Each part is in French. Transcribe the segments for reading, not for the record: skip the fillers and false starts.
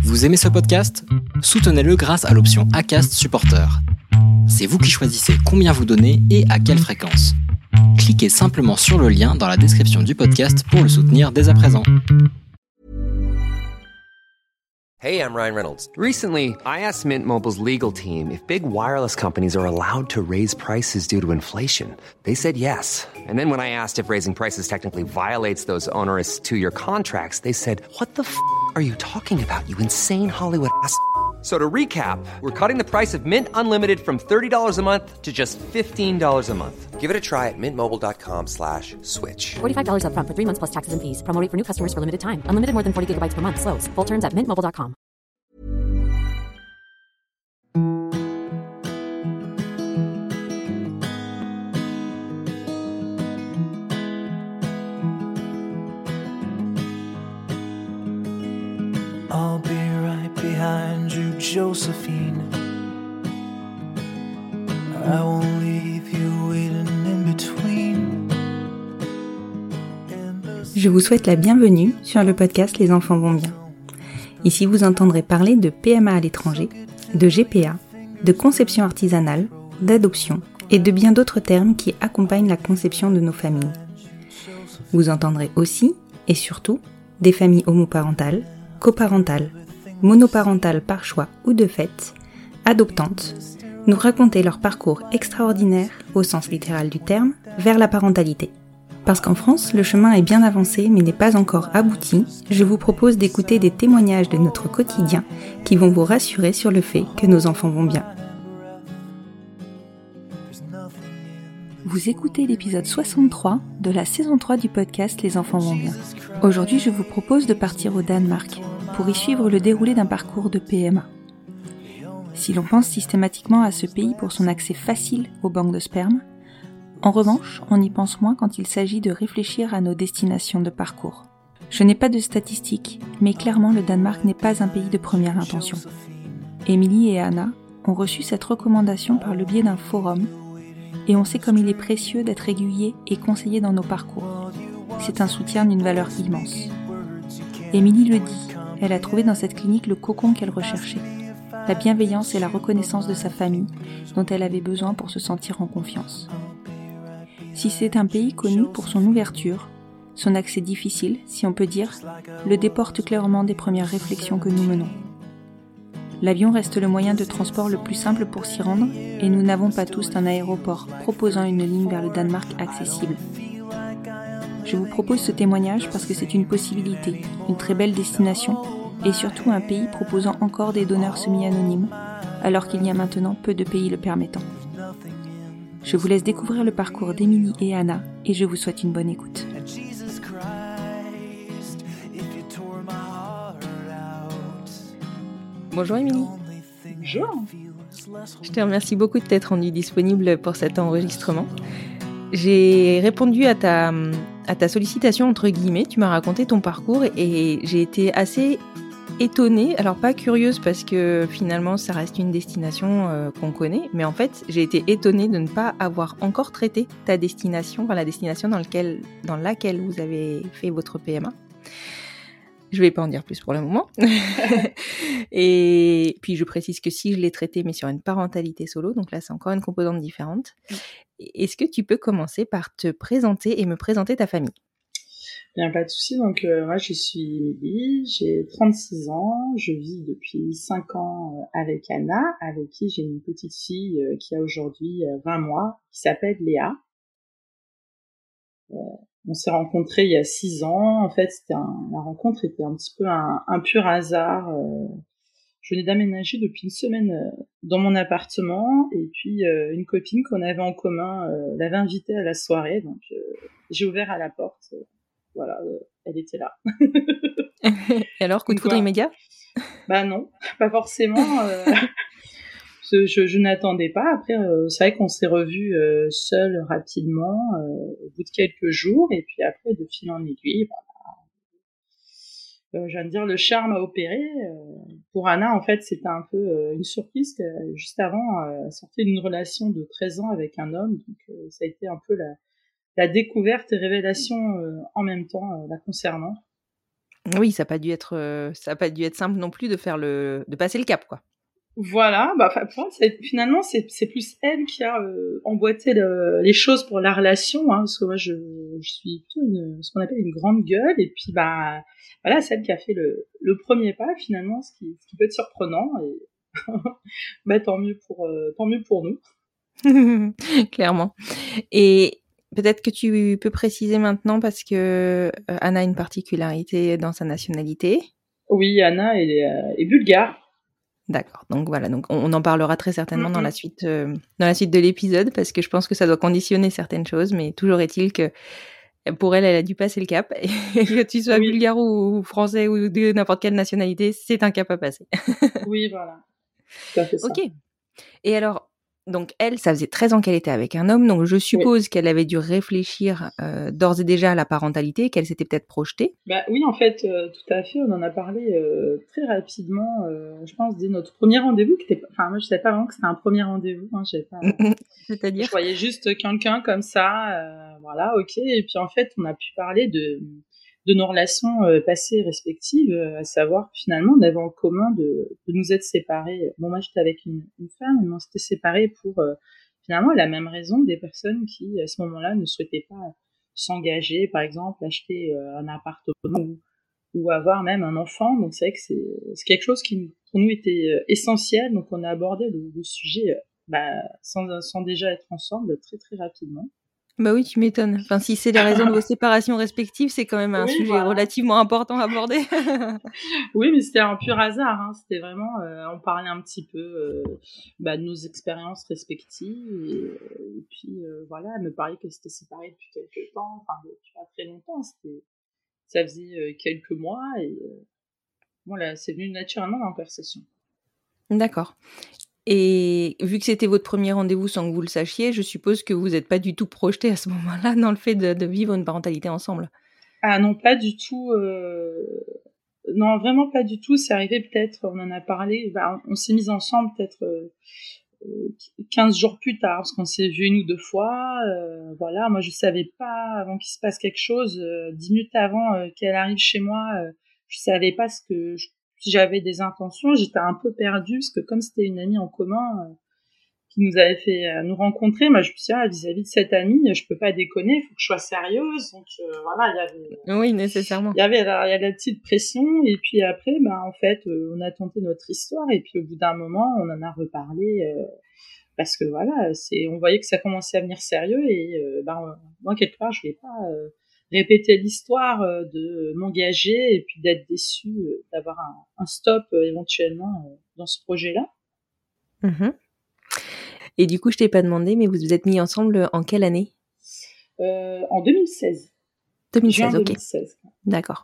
Vous aimez ce podcast ? Soutenez-le grâce à l'option Acast Supporter. C'est vous qui choisissez combien vous donnez et à quelle fréquence. Cliquez simplement sur le lien dans la description du podcast pour le soutenir dès à présent. Hey, I'm Ryan Reynolds. Recently, I asked Mint Mobile's legal team if big wireless companies are allowed to raise prices due to inflation. They said yes. And then when I asked if raising prices technically violates those onerous two-year contracts, they said, "What the f*** are you talking about, you insane Hollywood ass?" So to recap, we're cutting the price of Mint Unlimited from $30 a month to just $15 a month. Give it a try at mintmobile.com/switch. $45 up front for 3 months plus taxes and fees. Promo rate for new customers for limited time. Unlimited more than 40 gigabytes per month. Slows full terms at mintmobile.com. I'll be right behind you, Josephine. I won't leave you waiting in between. Je vous souhaite la bienvenue sur le podcast Les enfants vont bien. Ici, vous entendrez parler de PMA à l'étranger, de GPA, de conception artisanale, d'adoption et de bien d'autres termes qui accompagnent la conception de nos familles. Vous entendrez aussi, et surtout, des familles homoparentales, coparentales, monoparentales par choix ou de fait, adoptantes, nous raconter leur parcours extraordinaire, au sens littéral du terme, vers la parentalité. Parce qu'en France, le chemin est bien avancé mais n'est pas encore abouti, je vous propose d'écouter des témoignages de notre quotidien qui vont vous rassurer sur le fait que nos enfants vont bien. Vous écoutez l'épisode 63 de la saison 3 du podcast Les enfants vont bien. Aujourd'hui, je vous propose de partir au Danemark pour y suivre le déroulé d'un parcours de PMA. Si l'on pense systématiquement à ce pays pour son accès facile aux banques de sperme, en revanche, on y pense moins quand il s'agit de réfléchir à nos destinations de parcours. Je n'ai pas de statistiques, mais clairement le Danemark n'est pas un pays de première intention. Émilie et Anna ont reçu cette recommandation par le biais d'un forum, et on sait comme il est précieux d'être aiguillé et conseillé dans nos parcours. C'est un soutien d'une valeur immense. Émilie le dit, elle a trouvé dans cette clinique le cocon qu'elle recherchait, la bienveillance et la reconnaissance de sa famille dont elle avait besoin pour se sentir en confiance. Si c'est un pays connu pour son ouverture, son accès difficile, si on peut dire, le déporte clairement des premières réflexions que nous menons. L'avion reste le moyen de transport le plus simple pour s'y rendre et nous n'avons pas tous un aéroport proposant une ligne vers le Danemark accessible. Je vous propose ce témoignage parce que c'est une possibilité, une très belle destination et surtout un pays proposant encore des donneurs semi-anonymes alors qu'il y a maintenant peu de pays le permettant. Je vous laisse découvrir le parcours d'Émilie et Anna et je vous souhaite une bonne écoute. Bonjour Émilie. Bonjour. Je te remercie beaucoup de t'être rendue disponible pour cet enregistrement. J'ai répondu à ta sollicitation entre guillemets, tu m'as raconté ton parcours et j'ai été assez étonnée, alors pas curieuse parce que finalement ça reste une destination qu'on connaît, mais en fait j'ai été étonnée de ne pas avoir encore traité ta destination, enfin la destination dans laquelle vous avez fait votre PMA. Je vais pas en dire plus pour le moment. Et puis je précise que si je l'ai traité, mais sur une parentalité solo, donc là c'est encore une composante différente. Est-ce que tu peux commencer par te présenter et me présenter ta famille ? Bien, pas de souci. Donc, moi, je suis Émilie, j'ai 36 ans, je vis depuis 5 ans avec Anna, avec qui j'ai une petite fille qui a aujourd'hui 20 mois, qui s'appelle Léa. On s'est rencontrés il y a 6 ans. En fait, la rencontre était un petit peu un pur hasard. Je venais d'aménager depuis une semaine dans mon appartement, et puis une copine qu'on avait en commun l'avait invitée à la soirée, donc j'ai ouvert à la porte. Voilà, elle était là. Et alors, coup de foudre immédiat ? Bah non, pas forcément. Je n'attendais pas. Après, c'est vrai qu'on s'est revus seuls rapidement, au bout de quelques jours, et puis après, de fil en aiguille, je viens de dire, le charme a opéré. Pour Anna, en fait, c'était un peu une surprise que, juste avant, elle sortait d'une relation de 13 ans avec un homme, donc ça a été un peu la découverte et révélation en même temps la concernant. Oui, ça a pas dû être simple non plus de passer le cap, quoi. Voilà, bah pour moi, finalement c'est plus elle qui a emboîté les choses pour la relation, hein, parce que moi je suis plutôt ce qu'on appelle une grande gueule, et puis bah voilà, c'est elle qui a fait le premier pas finalement, ce qui peut être surprenant, et bah tant mieux pour nous. Clairement. Et peut-être que tu peux préciser maintenant parce que Anna a une particularité dans sa nationalité. Oui, Anna est bulgare. D'accord. Donc voilà, donc on en parlera très certainement dans la Mm-mm. suite de l'épisode parce que je pense que ça doit conditionner certaines choses, mais toujours est-il que pour elle, elle a dû passer le cap et que tu sois Oui, bulgare ou français ou de n'importe quelle nationalité, c'est un cap à passer. oui, voilà, tout à fait ça. OK. Et alors, donc elle, ça faisait 13 ans qu'elle était avec un homme, donc je Oui. suppose qu'elle avait dû réfléchir d'ores et déjà à la parentalité, qu'elle s'était peut-être projetée. Bah oui, en fait, tout à fait. On en a parlé très rapidement. Je pense dès notre premier rendez-vous, qui était, enfin moi je savais pas vraiment que c'était un premier rendez-vous. Hein, j'avais pas, je C'est-à-dire? voyais juste quelqu'un comme ça, voilà, ok. Et puis en fait, on a pu parler de nos relations passées respectives, à savoir que finalement on avait en commun de nous être séparés. Bon, moi j'étais avec une femme, mais on s'était séparés pour finalement la même raison, des personnes qui à ce moment-là ne souhaitaient pas s'engager, par exemple, acheter un appartement ou avoir même un enfant. Donc c'est vrai que c'est quelque chose qui pour nous était essentiel. Donc on a abordé le sujet bah, sans déjà être ensemble très très rapidement. Bah oui, tu m'étonnes. Enfin, si c'est les raisons de vos séparations respectives, c'est quand même un Oui, sujet voilà. relativement important à aborder. Oui, mais c'était un pur hasard. Hein. C'était vraiment, on parlait un petit peu bah, de nos expériences respectives. Et puis voilà, elle me parlait qu'elle s'était séparée depuis quelques temps, enfin depuis pas très longtemps. Ça faisait quelques mois et voilà, c'est venu naturellement dans la conversation. D'accord. Et vu que c'était votre premier rendez-vous sans que vous le sachiez, je suppose que vous n'êtes pas du tout projeté à ce moment-là dans le fait de vivre une parentalité ensemble. Ah non, pas du tout. Non, vraiment pas du tout. C'est arrivé peut-être, on en a parlé, bah, on s'est mis ensemble peut-être 15 jours plus tard, parce qu'on s'est vu une ou deux fois. Voilà, moi je savais pas, avant qu'il se passe quelque chose, 10 minutes avant qu'elle arrive chez moi, je savais pas si j'avais des intentions. J'étais un peu perdue, parce que comme c'était une amie en commun, qui nous avait fait nous rencontrer, moi je me suis dit, ah, vis-à-vis de cette amie, je peux pas déconner, il faut que je sois sérieuse. Donc voilà, Oui, nécessairement. il y avait la petite pression. Et puis après, ben en fait, on a tenté notre histoire, et puis au bout d'un moment, on en a reparlé, parce que voilà, on voyait que ça commençait à venir sérieux, et moi quelque part, je voulais pas répéter l'histoire, de m'engager et puis d'être déçue, d'avoir un stop éventuellement dans ce projet-là. Mhm. Et du coup, je t'ai pas demandé, mais vous vous êtes mis ensemble en quelle année? En 2016. Juin 2016, ok. 2016. D'accord.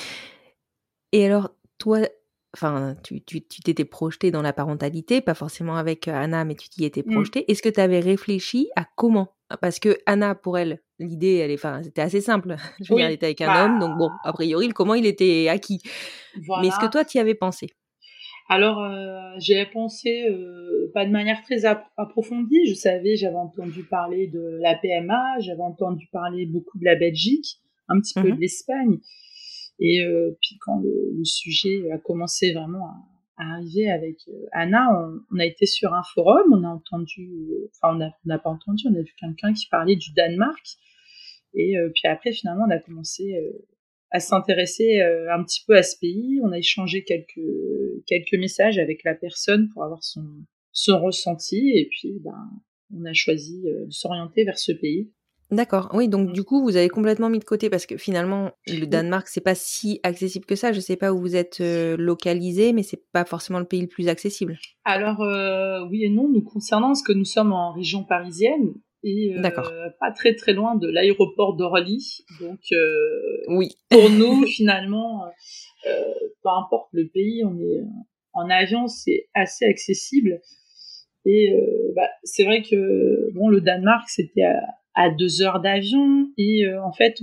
Et alors, toi, enfin, tu t'étais projetée dans la parentalité, pas forcément avec Anna, mais tu t'y étais Mm. projetée. Est-ce que tu avais réfléchi à comment? Parce que Anna, pour elle, l'idée, enfin, c'était assez simple. Je veux dire, elle Oui, était avec un bah homme, donc bon, a priori, le comment il était acquis. Mais est-ce que voilà. toi, tu y avais pensé? Alors, j'y avais pensé pas de manière très approfondie. J'avais entendu parler de la PMA, j'avais entendu parler beaucoup de la Belgique, un petit peu de Mhm. l'Espagne. Et puis quand le sujet a commencé vraiment à arriver avec Anna, on a été sur un forum, on a entendu, enfin on n'a pas entendu, on a vu quelqu'un qui parlait du Danemark. Et puis après, finalement, on a commencé à s'intéresser un petit peu à ce pays. On a échangé quelques messages avec la personne pour avoir son ressenti. Et puis, ben, on a choisi de s'orienter vers ce pays. D'accord. Oui, donc du coup, vous avez complètement mis de côté parce que finalement, le Oui. Danemark, c'est pas si accessible que ça. Je sais pas où vous êtes localisé, mais c'est pas forcément le pays le plus accessible. Alors, oui et non, nous concernant, parce que nous sommes en région parisienne et D'accord. pas très très loin de l'aéroport d'Orly. Donc, Oui. pour nous, finalement, peu importe le pays, on est en avion, c'est assez accessible. Et c'est vrai que bon, le Danemark, c'était à 2 heures d'avion. Et en fait,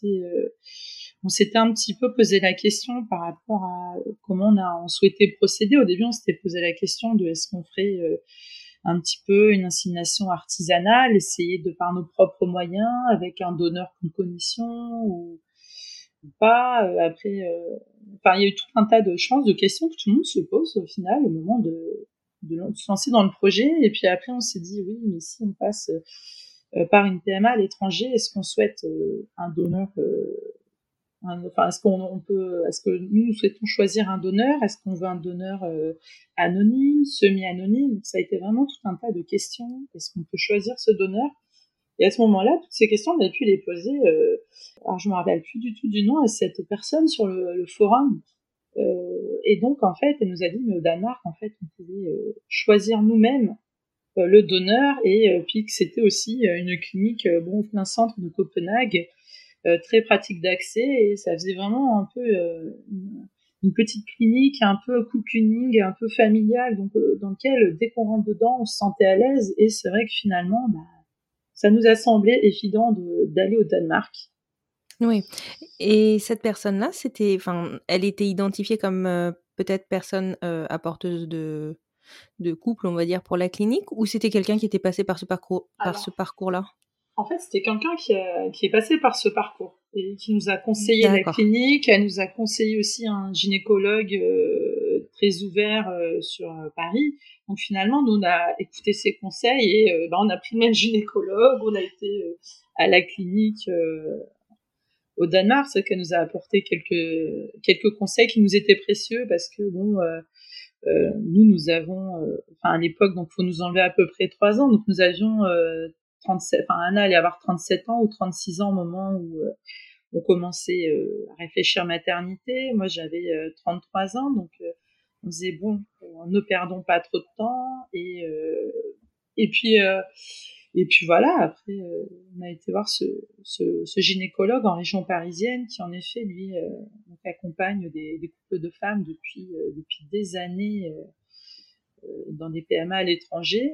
on s'était un petit peu posé la question par rapport à comment on souhaitait procéder. Au début, on s'était posé la question de est-ce qu'on ferait un petit peu une insémination artisanale, essayer de par nos propres moyens avec un donneur que nous connaissions, ou pas. Il y a eu tout un tas de questions que tout le monde se pose au final au moment de se lancer dans le projet. Et puis après, on s'est dit, oui, mais si on passe par une PMA à l'étranger, est-ce qu'on souhaite un donneur est-ce que nous souhaitons choisir un donneur? Est-ce qu'on veut un donneur anonyme, semi-anonyme? Donc, ça a été vraiment tout un tas de questions. Est-ce qu'on peut choisir ce donneur? Et à ce moment-là, toutes ces questions, on a pu les poser. Alors, je me rappelle plus du tout du nom à cette personne sur le forum. Et donc, en fait, elle nous a dit, mais au Danemark, en fait, on pouvait choisir nous-mêmes le donneur, et puis que c'était aussi une clinique au plein centre de Copenhague, très pratique d'accès, et ça faisait vraiment un peu une petite clinique, un peu cocooning, un peu familiale, donc dans lequel dès qu'on rentre dedans, on se sentait à l'aise. Et c'est vrai que finalement, ça nous a semblé évident d'aller au Danemark. Oui. Et cette personne-là, elle était identifiée comme peut-être personne apporteuse de couple, on va dire, pour la clinique, ou c'était quelqu'un qui était passé par ce parcours-là? En fait, c'était quelqu'un qui est passé par ce parcours et qui nous a conseillé la clinique. Elle nous a conseillé aussi un gynécologue très ouvert sur Paris. Donc finalement, nous, on a écouté ses conseils et on a pris le même gynécologue. On a été à la clinique au Danemark. C'est qu'elle nous a apporté quelques conseils qui nous étaient précieux, parce que nous avons, à l'époque, donc faut nous enlever à peu près 3 ans. Donc nous avions 37, Anna allait avoir 37 ans ou 36 ans au moment où on commençait à réfléchir maternité. Moi, j'avais 33 ans, donc on disait ne perdons pas trop de temps. Et puis voilà. Après, on a été voir ce gynécologue en région parisienne qui, en effet, lui, accompagne des couples de femmes depuis des années dans des PMA à l'étranger.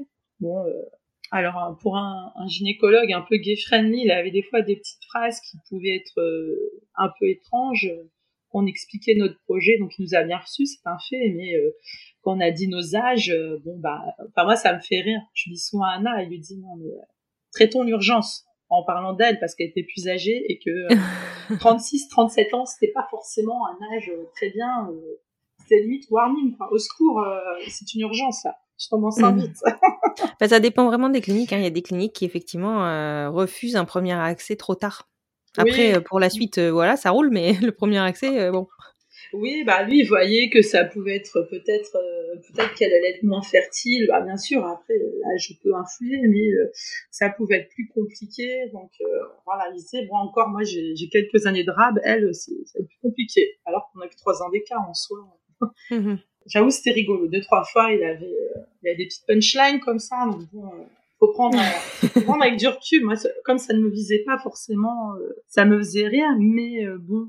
Alors, pour un gynécologue un peu gay-friendly, il avait des fois des petites phrases qui pouvaient être un peu étranges. On expliquait notre projet, donc il nous a bien reçus, c'est un fait, mais quand on a dit nos âges, moi, ça me fait rire. Je dis souvent à Anna, elle lui dit, non, mais traitons l'urgence, en parlant d'elle, parce qu'elle était plus âgée, et que 36, 37 ans, c'était pas forcément un âge très bien, c'était limite warning, quoi. Au secours, c'est une urgence, là. Je tombe enceinte vite. Ça dépend vraiment des cliniques, hein. Il y a des cliniques qui, effectivement, refusent un premier accès trop tard. Après, pour la suite, ça roule, mais le premier accès, bon. Oui, lui, il voyait que ça pouvait être peut-être qu'elle allait être moins fertile. Bien sûr, après, là, je peux influer, mais ça pouvait être plus compliqué. Donc, il disait, encore, moi, j'ai quelques années de rab, elle, c'est plus compliqué. Alors qu'on a que 3 ans d'écart en soi. J'avoue, c'était rigolo. 2-3 fois, il avait des petites punchlines comme ça. Donc faut prendre avec du recul. Moi, comme ça ne me visait pas forcément, ça me faisait rire. Mais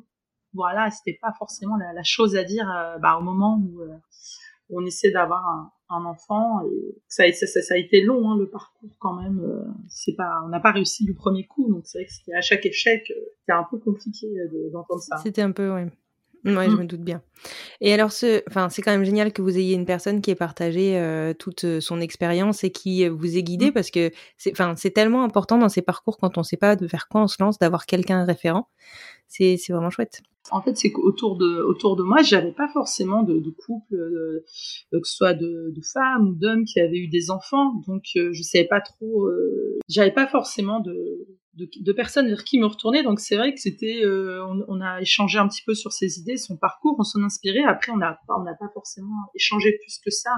c'était pas forcément la chose à dire au moment où on essaie d'avoir un enfant. Et ça a été long, hein, le parcours quand même. On n'a pas réussi du premier coup. Donc c'est vrai que c'était à chaque échec, c'était un peu compliqué d'entendre ça. C'était un peu, ouais. Ouais, je me doute bien. Et alors, c'est quand même génial que vous ayez une personne qui ait partagé toute son expérience et qui vous ait guidé, parce que c'est tellement important dans ces parcours, quand on ne sait pas vers quoi on se lance, d'avoir quelqu'un référent. C'est vraiment chouette. En fait, c'est qu'autour de moi, j'avais pas forcément de couple, que ce soit de femmes ou d'hommes qui avaient eu des enfants, donc je savais pas trop. J'avais pas forcément de personnes vers qui me retourner, donc c'est vrai que c'était. On a échangé un petit peu sur ses idées, son parcours, on s'en inspirait. Après, on n'a pas forcément échangé plus que ça.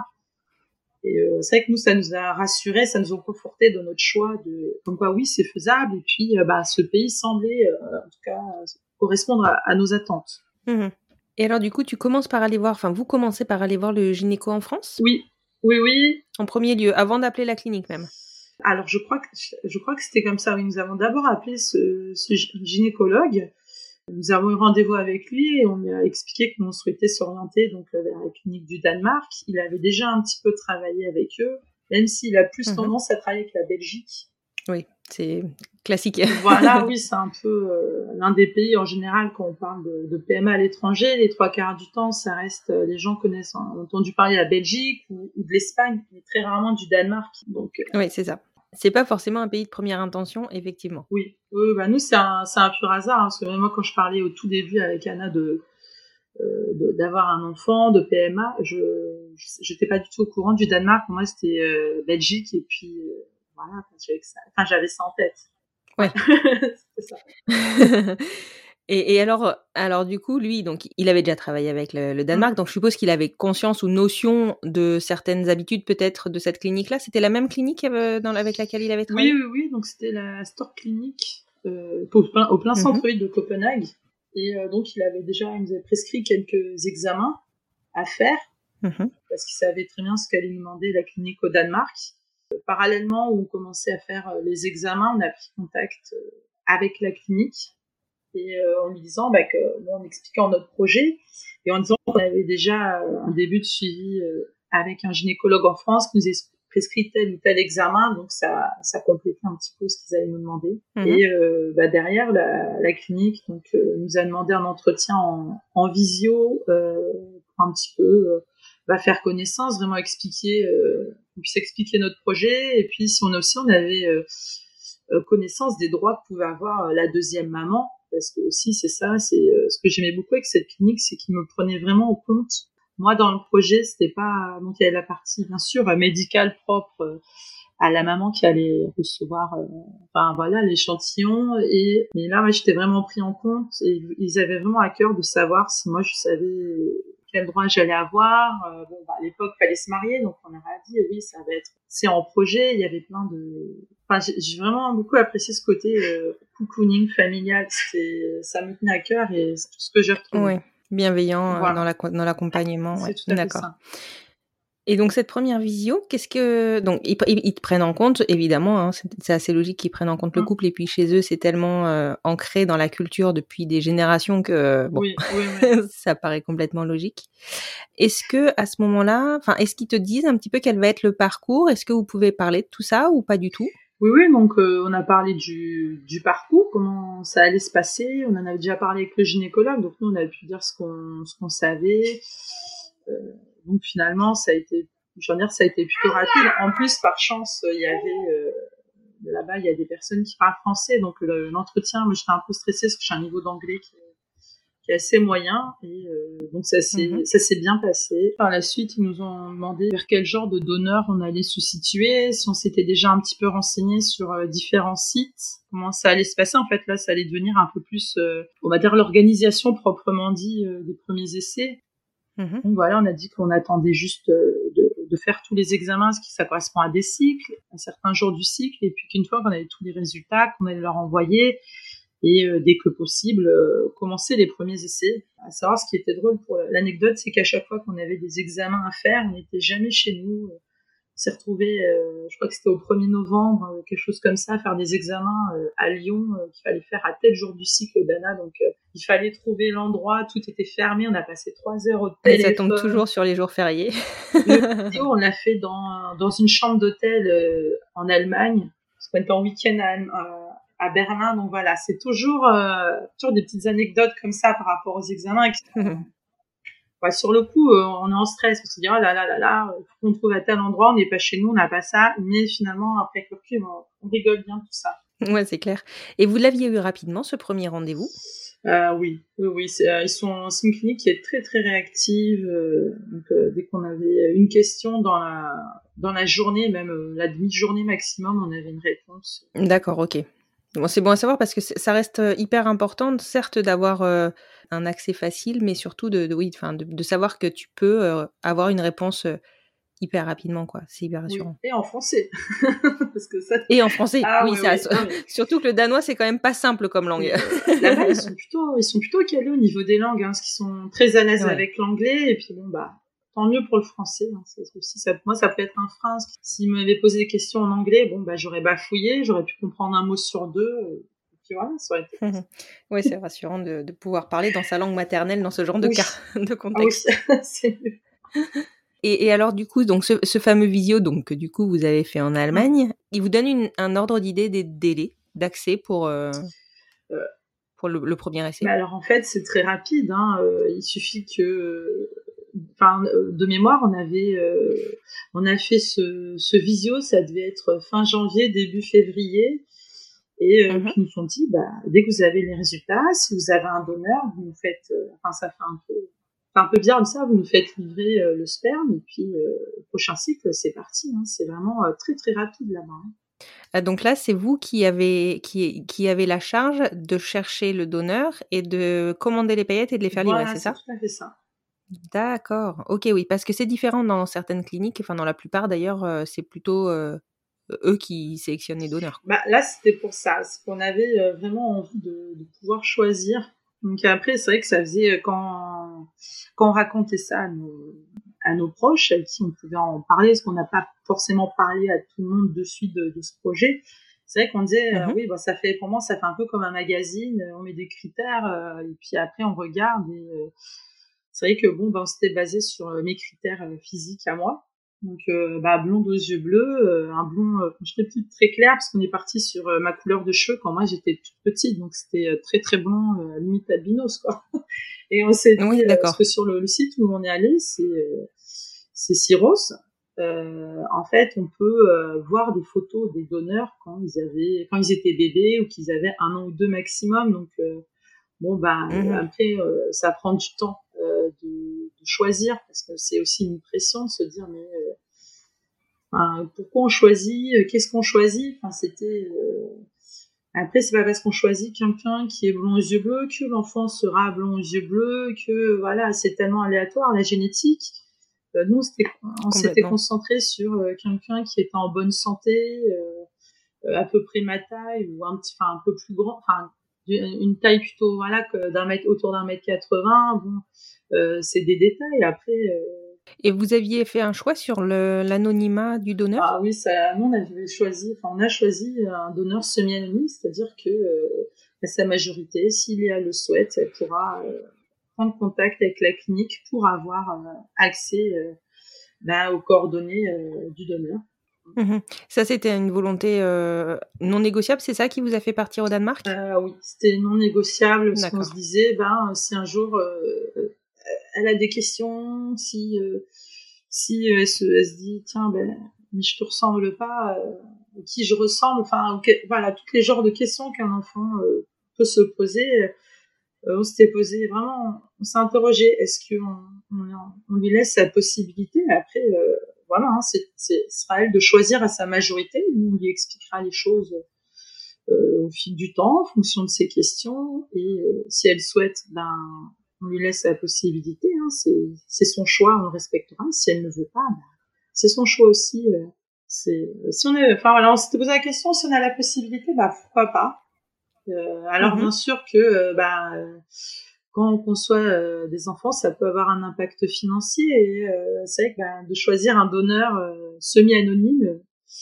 Et c'est vrai que nous, ça nous a rassurés, ça nous a conforté dans notre choix comme quoi, oui, c'est faisable. Et puis, ce pays semblait, en tout cas, correspondre à nos attentes. Et alors, du coup, vous commencez par aller voir le gynéco en France ? Oui. En premier lieu, avant d'appeler la clinique même. Alors, je crois que c'était comme ça. Oui, nous avons d'abord appelé ce gynécologue. Nous avons eu rendez-vous avec lui et on lui a expliqué que nous souhaitait s'orienter donc vers la clinique du Danemark. Il avait déjà un petit peu travaillé avec eux, même s'il a plus tendance à travailler avec la Belgique. Oui, c'est classique. Voilà, oui, c'est un peu l'un des pays en général quand on parle de PMA à l'étranger. Les 3/4 du temps, ça reste les gens ont entendu parler de la Belgique ou de l'Espagne, mais très rarement du Danemark. Donc, oui, c'est ça. c'est pas forcément un pays de première intention, effectivement. Oui, bah nous c'est un pur hasard, parce que même moi quand je parlais au tout début avec Anna d'avoir un enfant, de PMA, j'étais pas du tout au courant du Danemark. Pour moi c'était Belgique, et puis voilà, j'avais ça en tête. Ouais. C'est ça. Et alors du coup, lui, donc il avait déjà travaillé avec le Danemark, donc je suppose qu'il avait conscience ou notion de certaines habitudes peut-être de cette clinique-là. C'était la même clinique avec laquelle il avait travaillé ? Oui, donc c'était la Stork Clinic au plein centre-ville de Copenhague. Et donc il nous avait prescrit quelques examens à faire, parce qu'il savait très bien ce qu'allait nous demander la clinique au Danemark. Parallèlement, où on commençait à faire les examens, on a pris contact avec la clinique, et en lui disant en expliquant notre projet, et en disant qu'on avait déjà un début de suivi avec un gynécologue en France qui nous prescrit tel ou tel examen, donc ça complétait un petit peu ce qu'ils allaient nous demander. Et derrière, la clinique nous a demandé un entretien en visio pour un petit peu faire connaissance, vraiment expliquer, qu'on puisse expliquer notre projet, et puis si on avait connaissance des droits que pouvait avoir la deuxième maman, parce que aussi c'est ce que j'aimais beaucoup avec cette clinique, c'est qu'ils me prenaient vraiment au compte. Moi, dans le projet, c'était pas, donc il y avait la partie bien sûr médicale propre à la maman qui allait recevoir l'échantillon, mais là moi j'étais vraiment pris en compte, et ils avaient vraiment à cœur de savoir si moi je savais quel droit j'allais avoir. À l'époque il fallait se marier, donc on leur a dit oui, c'est en projet. Il y avait plein de, j'ai vraiment beaucoup apprécié ce côté cocooning familial, ça me tenait à cœur, et c'est tout ce que j'ai retrouvé. Oui, bienveillant dans l'accompagnement. C'est tout à fait ça. Et donc cette première visio, donc ils te prennent en compte, évidemment, hein, c'est assez logique qu'ils prennent en compte le couple, et puis chez eux c'est tellement ancré dans la culture depuis des générations que oui. ça paraît complètement logique. Est-ce que à ce moment-là, est-ce qu'ils te disent un petit peu quel va être le parcours ? Est-ce que vous pouvez parler de tout ça ou pas du tout ? Oui, donc on a parlé du parcours, comment ça allait se passer. On en avait déjà parlé avec le gynécologue, donc nous on a pu dire ce qu'on savait. Donc finalement, ça a été plutôt rapide. En plus, par chance, il y avait là-bas, il y a des personnes qui parlent français, donc l'entretien, moi j'étais un peu stressée parce que j'ai un niveau d'anglais qui est assez moyen, et donc ça s'est bien passé. Par la suite, ils nous ont demandé vers quel genre de donneur on allait se situer, si on s'était déjà un petit peu renseigné sur différents sites, comment ça allait se passer. En fait, là, ça allait devenir un peu plus, on va dire, l'organisation proprement dit des premiers essais. Donc voilà, on a dit qu'on attendait juste de faire tous les examens, parce que ça correspond à des cycles, à certains jours du cycle, et puis qu'une fois qu'on avait tous les résultats, qu'on allait leur envoyer, et dès que possible, commencer les premiers essais. À savoir, ce qui était drôle pour l'anecdote, c'est qu'à chaque fois qu'on avait des examens à faire, on n'était jamais chez nous. On s'est retrouvés, je crois que c'était au 1er novembre, quelque chose comme ça, à faire des examens à Lyon, qu'il fallait faire à tel jour du cycle d'Anna. Donc, il fallait trouver l'endroit, tout était fermé. On a passé 3 heures au téléphone. Et ça tombe toujours sur les jours fériés. Le vidéo, on l'a fait dans une chambre d'hôtel en Allemagne, parce qu'on était en week-end à Berlin. Donc voilà, c'est toujours des petites anecdotes comme ça par rapport aux examens. Sur le coup, on est en stress, on se dit, oh là, faut qu'on trouve à tel endroit, on n'est pas chez nous, on n'a pas ça, mais finalement, après le recul, on rigole bien tout ça. Ouais, c'est clair. Et vous l'aviez eu rapidement, ce premier rendez-vous ? Oui. C'est une clinique qui est très, très réactive. Donc, dès qu'on avait une question dans la journée, même la demi-journée maximum, on avait une réponse. D'accord, ok. Bon, c'est bon à savoir, parce que ça reste hyper important, certes, d'avoir un accès facile, mais surtout de savoir que tu peux avoir une réponse hyper rapidement, quoi. C'est hyper rassurant. Oui, et en français. Parce que ça... Et en français, surtout que le danois, c'est quand même pas simple comme langue. Là-bas, ils sont plutôt calés au niveau des langues, parce qu'ils sont très à l'aise avec l'anglais, et puis tant mieux pour le français. C'est aussi ça. Moi, ça peut être un frein. S'ils m'avaient posé des questions en anglais, j'aurais bafouillé, j'aurais pu comprendre un mot sur deux. Et puis voilà, ça aurait été. Oui, c'est rassurant de pouvoir parler dans sa langue maternelle dans ce genre de cas, de contexte. Ah oui, c'est mieux. Et alors, du coup, donc ce fameux visio, donc que du coup vous avez fait en Allemagne, il vous donne un ordre d'idée des délais d'accès pour le premier essai ? Alors en fait, c'est très rapide. Il suffit que de mémoire, on a fait ce visio, ça devait être fin janvier, début février. Et puis ils nous ont dit, dès que vous avez les résultats, si vous avez un donneur, vous nous faites, ça fait un peu bien comme ça, vous nous faites livrer le sperme, et puis prochain cycle, c'est parti. Hein, c'est vraiment très très rapide là-bas. Hein. Donc là, c'est vous qui avez la charge de chercher le donneur et de commander les paillettes et de les faire livrer, c'est ça ? Tout à fait ça. D'accord. Ok, oui, parce que c'est différent dans certaines cliniques, enfin dans la plupart d'ailleurs, c'est plutôt eux qui sélectionnent les donneurs. Là, c'était pour ça, c'est qu'on avait vraiment envie de pouvoir choisir. Donc après, c'est vrai que ça faisait quand on racontait ça à nos proches, avec qui on pouvait en parler, parce qu'on n'a pas forcément parlé à tout le monde de suite de ce projet. C'est vrai qu'on disait, oui, ça fait un peu comme un magazine, on met des critères, et puis après on regarde. Et c'est vrai que on s'était basé sur mes critères physiques à moi. Donc blonde aux yeux bleus, un blond quand j'étais petite très clair, parce qu'on est parti sur ma couleur de cheveux quand moi j'étais toute petite, donc c'était très très blanc, limite albinos quoi. Et on s'est dit parce que sur le site où on est allé, c'est Syros. En fait, on peut voir des photos des donneurs quand ils étaient bébés ou qu'ils avaient 1 an ou 2 maximum. Donc après ça prend du temps de choisir, parce que c'est aussi une pression de se dire mais pourquoi on choisit, qu'est-ce qu'on choisit, c'était après c'est pas parce qu'on choisit quelqu'un qui est blond aux yeux bleus que l'enfant sera blond aux yeux bleus, que voilà, c'est tellement aléatoire la génétique. Nous on s'était concentré sur quelqu'un qui était en bonne santé, à peu près ma taille, ou un peu plus grand, une taille plutôt autour d'1m80. C'est des détails après. Et vous aviez fait un choix sur l'anonymat du donneur ? Ah oui, nous on a choisi un donneur semi-anonyme, c'est-à-dire que sa majorité, s'il le souhaite, elle pourra prendre contact avec la clinique pour avoir accès aux coordonnées du donneur. Ça, c'était une volonté non négociable, c'est ça qui vous a fait partir au Danemark ? Oui, c'était non négociable, parce qu'on se disait, si un jour elle a des questions, si elle se dit, tiens, mais je te ressemble pas, qui je ressemble, voilà, tous les genres de questions qu'un enfant peut se poser. On s'était posé vraiment, on s'est interrogé, est-ce qu'on lui laisse la possibilité, mais après, voilà, ce sera à elle de choisir à sa majorité. Nous, on lui expliquera les choses au fil du temps, en fonction de ses questions, et si elle souhaite, on lui laisse la possibilité. Hein, c'est son choix, on le respectera. Si elle ne veut pas, c'est son choix aussi. Si on on s'était posé la question, si on a la possibilité, pourquoi pas. Alors bien sûr que quand on conçoit des enfants, ça peut avoir un impact financier, et c'est vrai que de choisir un donneur semi-anonyme,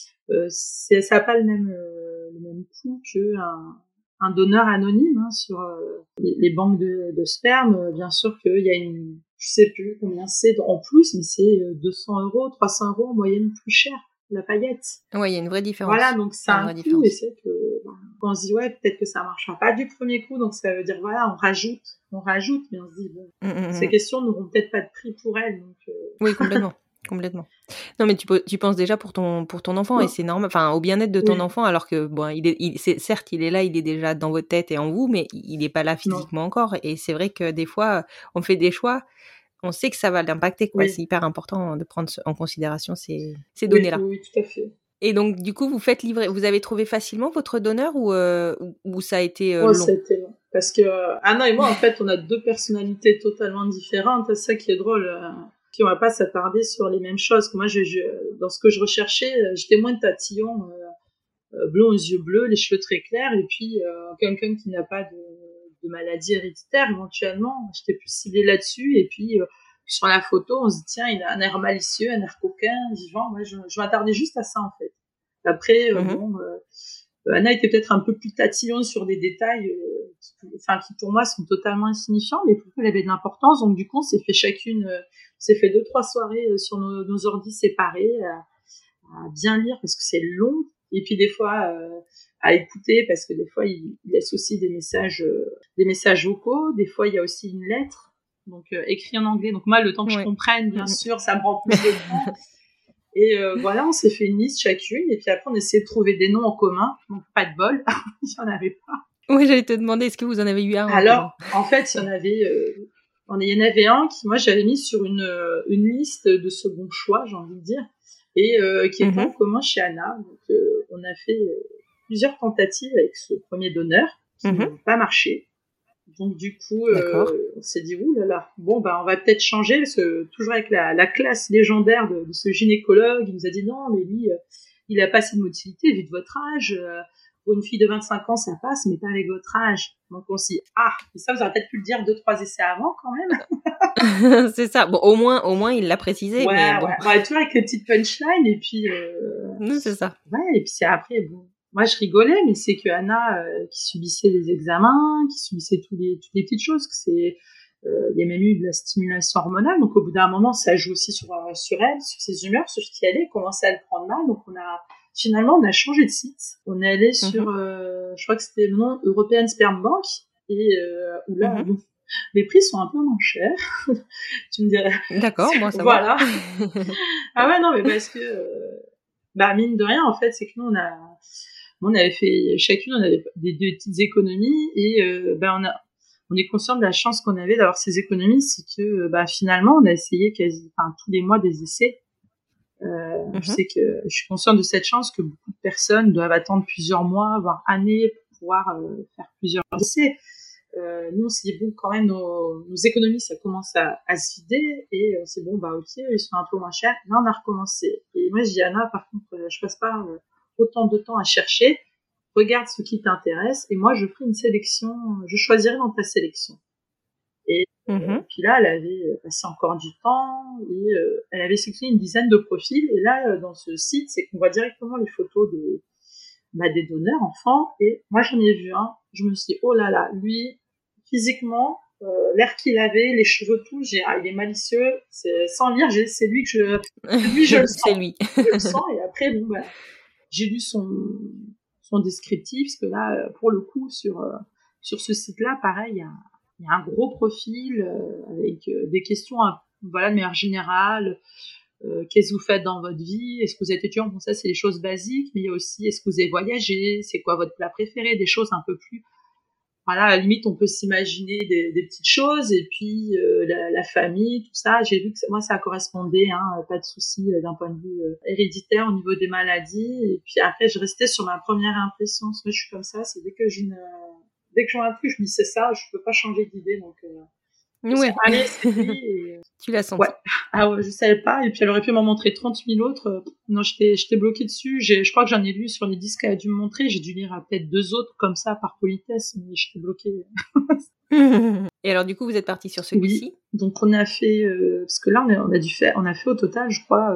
ça n'a pas le même coût qu'un donneur anonyme. Hein, sur les banques de sperme, bien sûr qu'il y a je sais plus combien c'est en plus, mais c'est 200 €, 300 € en moyenne plus cher, la paillette. Oui, il y a une vraie différence. Voilà, donc c'est un coût, et c'est que quand on se dit peut-être que ça marchera pas du premier coup, donc ça veut dire voilà, on rajoute, mais on se dit ces questions n'auront peut-être pas de prix pour elles. Donc, Oui, complètement. Non, mais tu penses déjà pour ton enfant, et c'est normal, au bien-être de ton enfant, alors que certes, il est là, il est déjà dans votre tête et en vous, mais il n'est pas là physiquement encore. Et c'est vrai que des fois, on fait des choix, on sait que ça va l'impacter, quoi. Oui. C'est hyper important de prendre en considération ces données-là. Oui, tout à fait. Et donc, du coup, vous faites livrer. Vous avez trouvé facilement votre donneur, ou ça a été long ? Ça a été long. Parce que Anna et moi, en fait, on a 2 personnalités totalement différentes. C'est ça qui est drôle. Puis on va pas s'attarder sur les mêmes choses. Moi, dans ce que je recherchais, j'étais moins tatillon, blond aux yeux bleus, les cheveux très clairs, et puis quelqu'un qui n'a pas de maladie héréditaire éventuellement. J'étais plus ciblée là-dessus, et puis sur la photo, on se dit tiens, il a un air malicieux, un air coquin, vivant. Moi, je m'attardais juste à ça en fait. Après, Anna était peut-être un peu plus tatillonne sur des détails qui pour moi sont totalement insignifiants, mais pour elle avait de l'importance. Donc du coup, on s'est fait 2-3 soirées sur nos ordis séparés à bien lire, parce que c'est long, et puis des fois à écouter, parce que des fois il laisse aussi des messages vocaux, des fois il y a aussi une lettre. donc écrit en anglais. Donc moi, le temps que je comprenne, bien sûr, ça me prend plus de temps. Et voilà, on s'est fait une liste chacune, et puis après on essayait de trouver des noms en commun. Donc pas de bol, il n'y en avait pas. Oui, j'allais te demander, est-ce que vous en avez eu un? Alors, en fait, il y en avait un qui, moi, j'avais mis sur une liste de second choix, j'ai envie de dire, et qui était en commun chez Anna. Donc, on a fait plusieurs tentatives avec ce premier donneur qui n'ont pas marché. Donc, du coup, on s'est dit, ouh là là, bon, bah, on va peut-être changer, parce que toujours avec la classe légendaire de ce gynécologue, il nous a dit non, mais lui, il a pas assez de motilité vu de votre âge. Pour une fille de 25 ans, ça passe, mais pas avec votre âge. Donc, on s'est dit, et ça, vous aurez peut-être pu le dire 2-3 essais avant, quand même. C'est ça. Bon, au moins, il l'a précisé. Ouais, mais bon. Ouais, toujours avec les petites punchlines, et puis... c'est ça. Ouais, et puis c'est après, bon... Moi, je rigolais, mais c'est que Anna, qui subissait les examens, qui subissait toutes les petites choses, que c'est... Il y a même eu de la stimulation hormonale, donc au bout d'un moment, ça joue aussi sur elle, sur ses humeurs, sur ce qui allait, commençait à le prendre mal, donc finalement, on a changé de site. On est allé sur, je crois que c'était le nom European Sperm Bank, et où là, bon, les prix sont un peu moins chers. Tu me dirais. D'accord, moi ça va. Voilà. Ah ouais, non, mais parce que, mine de rien, en fait, c'est que nous, on avait fait, chacune, on avait des petites économies, et on est conscient de la chance qu'on avait d'avoir ces économies, c'est que finalement, on a essayé tous les mois des essais. Je sais que je suis consciente de cette chance que beaucoup de personnes doivent attendre plusieurs mois, voire années pour pouvoir faire plusieurs essais. Nous, on s'est dit, bon, quand même, nos économies, ça commence à se vider, et c'est bon, ok, ils sont un peu moins chers. Là, on a recommencé. Et moi, je dis, Anna, par contre, je passe pas autant de temps à chercher. Regarde ce qui t'intéresse, et moi, je ferai une sélection, je choisirai dans ta sélection. Et puis là, elle avait passé encore du temps, et elle avait sélectionné une dizaine de profils. Et là, dans ce site, c'est qu'on voit directement les photos des donneurs enfants. Et moi, j'en ai vu un. Je me suis dit, oh là là, lui, physiquement, l'air qu'il avait, les cheveux, tout, il est malicieux. Sans lire, c'est lui que je le sens. C'est lui. Je le sens. Et après, j'ai lu son descriptif, parce que là, pour le coup, sur ce site-là, pareil, il y a un gros profil avec des questions de manière générale. Qu'est-ce que vous faites dans votre vie? Est-ce que vous êtes étudiant? Bon, ça, c'est les choses basiques, mais il y a aussi, est-ce que vous avez voyagé? C'est quoi votre plat préféré? Des choses un peu plus... Voilà, à la limite, on peut s'imaginer des petites choses, et puis la famille, tout ça. J'ai vu que moi, ça correspondait, pas de souci d'un point de vue héréditaire au niveau des maladies. Et puis après, je restais sur ma première impression. Parce que je suis comme ça, c'est dès que je vois un truc, je me dis c'est ça, je peux pas changer d'idée, donc allez, c'est lui. Et, tu l'as senti. Ouais. Ah ouais, je savais pas, et puis elle aurait pu m'en montrer 30 000 autres. Non, j'étais bloquée dessus. Je crois que j'en ai lu sur les 10 qu'elle a dû me montrer, j'ai dû lire peut-être 2 autres comme ça par politesse, mais j'étais bloquée. Et alors du coup, vous êtes parti sur celui-ci? Oui. Donc on a fait, parce que là on a fait au total, je crois,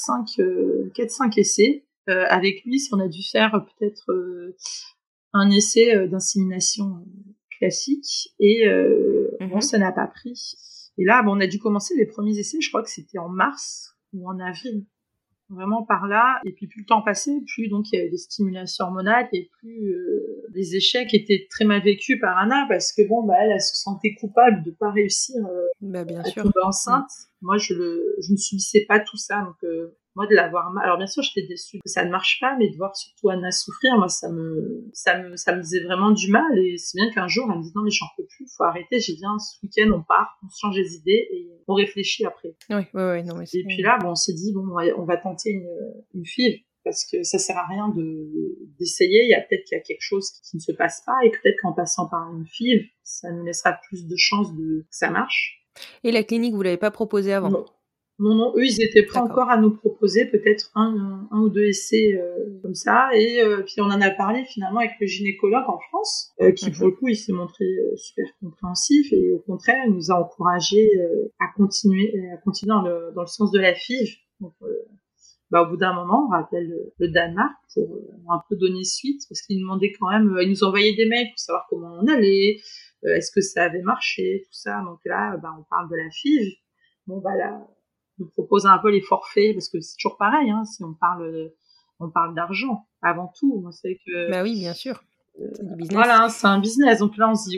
4-5 essais. Avec lui, on a dû faire peut-être un essai d'insémination classique, et bon, ça n'a pas pris. Et là, on a dû commencer les premiers essais, je crois que c'était en mars ou en avril, vraiment par là. Et puis plus le temps passait, plus donc il y avait des stimulations hormonales, et plus les échecs étaient très mal vécus par Anna, parce que elle se sentait coupable de pas réussir bien à sûr. tomber enceinte. Moi, je ne subissais pas tout ça, donc moi de l'avoir mal. Alors bien sûr, j'étais déçue que ça ne marche pas, mais de voir surtout Anna souffrir, moi ça me faisait vraiment du mal. Et c'est bien qu'un jour elle me dit non mais j'en peux plus, faut arrêter. J'ai dit ce week-end on part, on se change les idées et on réfléchit après. Oui, non mais et puis là on s'est dit on va tenter une FIV, parce que ça sert à rien d'essayer. Il y a peut-être qu'il y a quelque chose qui ne se passe pas, et peut-être qu'en passant par une FIV, ça nous laissera plus de chances que ça marche. Et la clinique, vous l'avez pas proposée avant? Non, eux, ils étaient prêts encore à nous proposer peut-être un ou 2 essais comme ça. Et puis on en a parlé finalement avec le gynécologue en France, qui pour le coup, il s'est montré super compréhensif, et au contraire, il nous a encouragés à continuer dans le sens de la FIV. Donc, au bout d'un moment, on rappelle le Danemark pour un peu donner suite, parce qu'ils demandaient quand même, ils nous envoyaient des mails pour savoir comment on allait, est-ce que ça avait marché, tout ça. Donc là, on parle de la FIV. Là, nous propose un peu les forfaits, parce que c'est toujours pareil, si on parle d'argent avant tout. Moi, c'est que oui, bien sûr. C'est du business. Voilà, c'est un business. Donc là, on se dit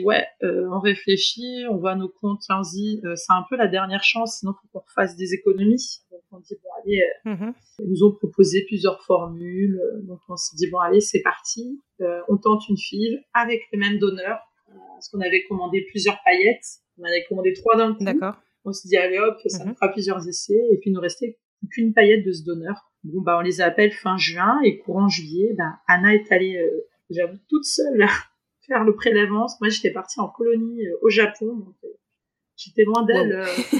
on réfléchit, on voit nos comptes, et on se dit, c'est un peu la dernière chance, sinon il faut qu'on refasse des économies. Donc on dit, bon allez, ils nous ont proposé plusieurs formules, donc on s'est dit, bon allez, c'est parti, on tente une FIV avec les mêmes donneurs, parce qu'on avait commandé plusieurs paillettes, on avait commandé 3 d'un coup. D'accord. On s'est dit, allez hop, ça nous fera plusieurs essais, et puis il nous restait qu'une paillette de ce donneur. Bon, on les appelle fin juin, et courant juillet, Anna est allée, j'avoue, toute seule faire le prélèvement. Moi, j'étais partie en colonie au Japon, donc j'étais loin d'elle.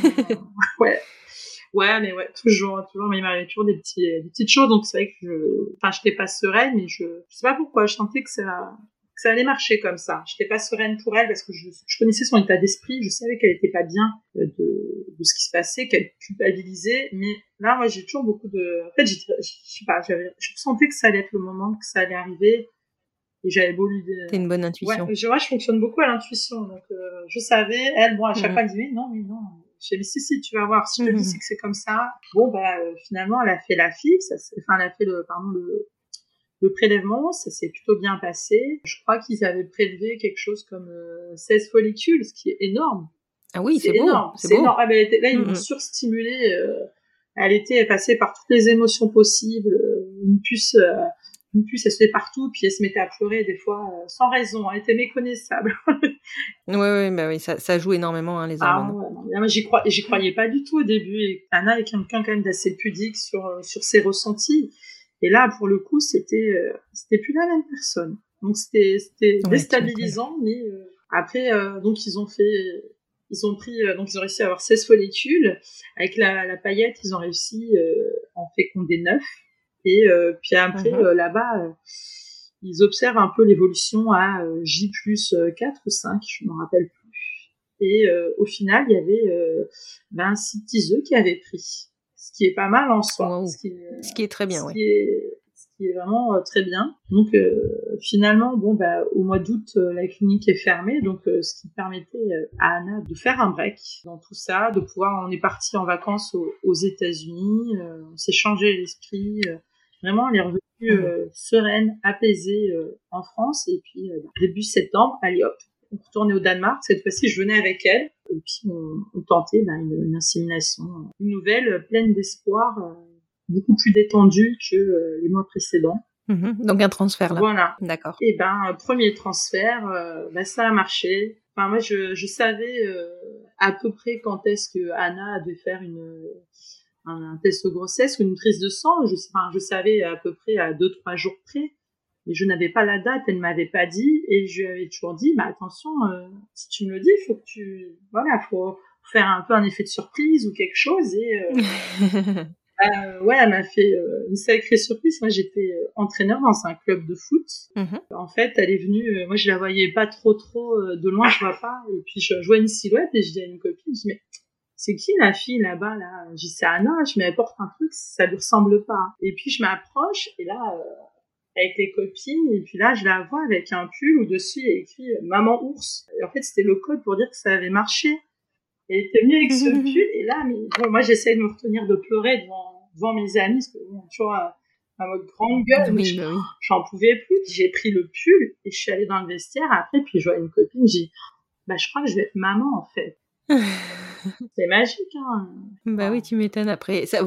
Mais toujours, mais il m'arrivait toujours des petites choses, donc c'est vrai que j'étais pas sereine, mais je sais pas pourquoi, je sentais que ça allait marcher comme ça. J'étais pas sereine pour elle parce que je connaissais son état d'esprit, je savais qu'elle était pas bien de ce qui se passait, qu'elle culpabilisait, mais là, moi, j'ai toujours beaucoup de... En fait, je sais pas, je sentais que ça allait être le moment, que ça allait arriver, et j'avais beau lui dire... T'as une bonne intuition. Ouais, je fonctionne beaucoup à l'intuition, donc je savais, elle, à chaque fois, elle disait, non. Je dis, si, tu vas voir, si je te dis que c'est comme ça. Bon, finalement, elle a fait la FIV, elle a fait le prélèvement, ça s'est plutôt bien passé. Je crois qu'ils avaient prélevé quelque chose comme 16 follicules, ce qui est énorme. Ah oui, c'est beau. Énorme. C'est énorme. Ah, là, ils m'ont surstimulée. Elle passait par toutes les émotions possibles. Une puce, elle se fait partout, puis elle se mettait à pleurer des fois sans raison. Elle était méconnaissable. Oui, ça joue énormément, les hormones. Moi, j'y croyais pas du tout au début. Et Anna est quelqu'un quand même d'assez pudique sur ses ressentis. Et là, pour le coup, c'était plus la même personne. Donc c'était déstabilisant, mais après, donc ils ont réussi à avoir 16 follicules. Avec la paillette, ils ont réussi à en féconder 9. Et puis après, là-bas, ils observent un peu l'évolution à J plus 4 ou 5, je ne me rappelle plus. Et au final, il y avait 6 petits œufs qui avaient pris. Ce qui est pas mal en soi. Wow. Ce qui est très bien, Ce qui est vraiment très bien. Donc, finalement, au mois d'août, la clinique est fermée. Donc, ce qui permettait à Anna de faire un break dans tout ça, on est parti en vacances aux États-Unis, on s'est changé l'esprit. Vraiment, elle est revenue sereine, apaisée en France. Et puis, début septembre, allez hop, on retournait au Danemark. Cette fois-ci, je venais avec elle. Et puis, on tentait une insémination, une nouvelle pleine d'espoir, beaucoup plus détendue que les mois précédents. Donc, un transfert, là. Voilà. D'accord. Et premier transfert, ça a marché. Enfin, moi, je savais à peu près quand est-ce que Anna devait faire un test de grossesse ou une prise de sang. Je savais à peu près à 2-3 jours près. Mais je n'avais pas la date, elle ne m'avait pas dit, et je lui avais toujours dit, attention, si tu me le dis, faut faire un peu un effet de surprise ou quelque chose, et elle m'a fait une sacrée surprise. Moi, j'étais entraîneur dans un club de foot. En fait, elle est venue, moi je la voyais pas trop de loin, je vois pas, et puis je vois une silhouette, et je dis à une copine, je dis, mais c'est qui la fille là-bas, là? Je dis, c'est Anna, elle porte un truc, ça lui ressemble pas. Et puis je m'approche, et là, avec les copines, et puis là, je la vois avec un pull où dessus il y a écrit « Maman ours ». Et en fait, c'était le code pour dire que ça avait marché. Elle était venue avec ce pull, et là, moi, j'essaye de me retenir de pleurer devant mes amis, parce que toujours à mode grande gueule, j'en pouvais plus. J'ai pris le pull, et je suis allée dans le vestiaire, après, puis je vois une copine, j'ai dit « je crois que je vais être maman, en fait ». C'est magique, hein. Oui, tu m'étonnes. Après, ça,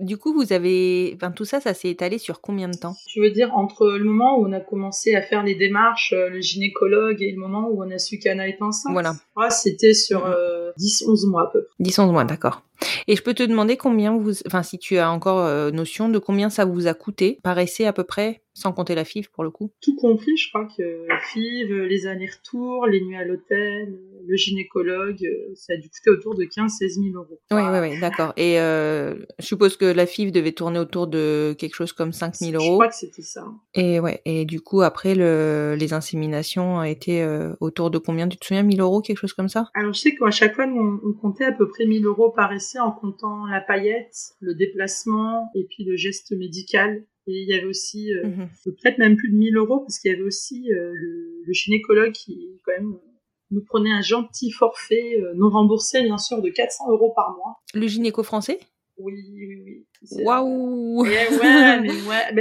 tout ça s'est étalé sur combien de temps? Tu veux dire entre le moment où on a commencé à faire les démarches, le gynécologue, et le moment où on a su qu'Anna est enceinte? Voilà. C'était sur 10-11 mois à peu près. 10-11 mois, d'accord. Et je peux te demander si tu as encore notion de combien ça vous a coûté par essai à peu près, sans compter la FIV pour le coup? Tout compris, je crois que la FIV, les allers-retours, les nuits à l'hôtel, le gynécologue, ça a dû coûter autour de 15-16 000 euros. Oui, d'accord. Et je suppose que la FIV devait tourner autour de quelque chose comme 5 000 euros. Je crois que c'était ça. Et du coup, après, les inséminations étaient autour de combien? Tu te souviens, 1 000 euros, quelque chose comme ça? Alors, je sais qu'à chaque fois, nous, on comptait à peu près 1 000 euros par essai en comptant la paillette, le déplacement et puis le geste médical. Et il y avait aussi, peut-être même plus de 1 000 euros, parce qu'il y avait aussi le gynécologue qui, quand même, nous prenait un gentil forfait non remboursé, bien sûr, de 400 euros par mois. Le gynéco français? Oui. Waouh!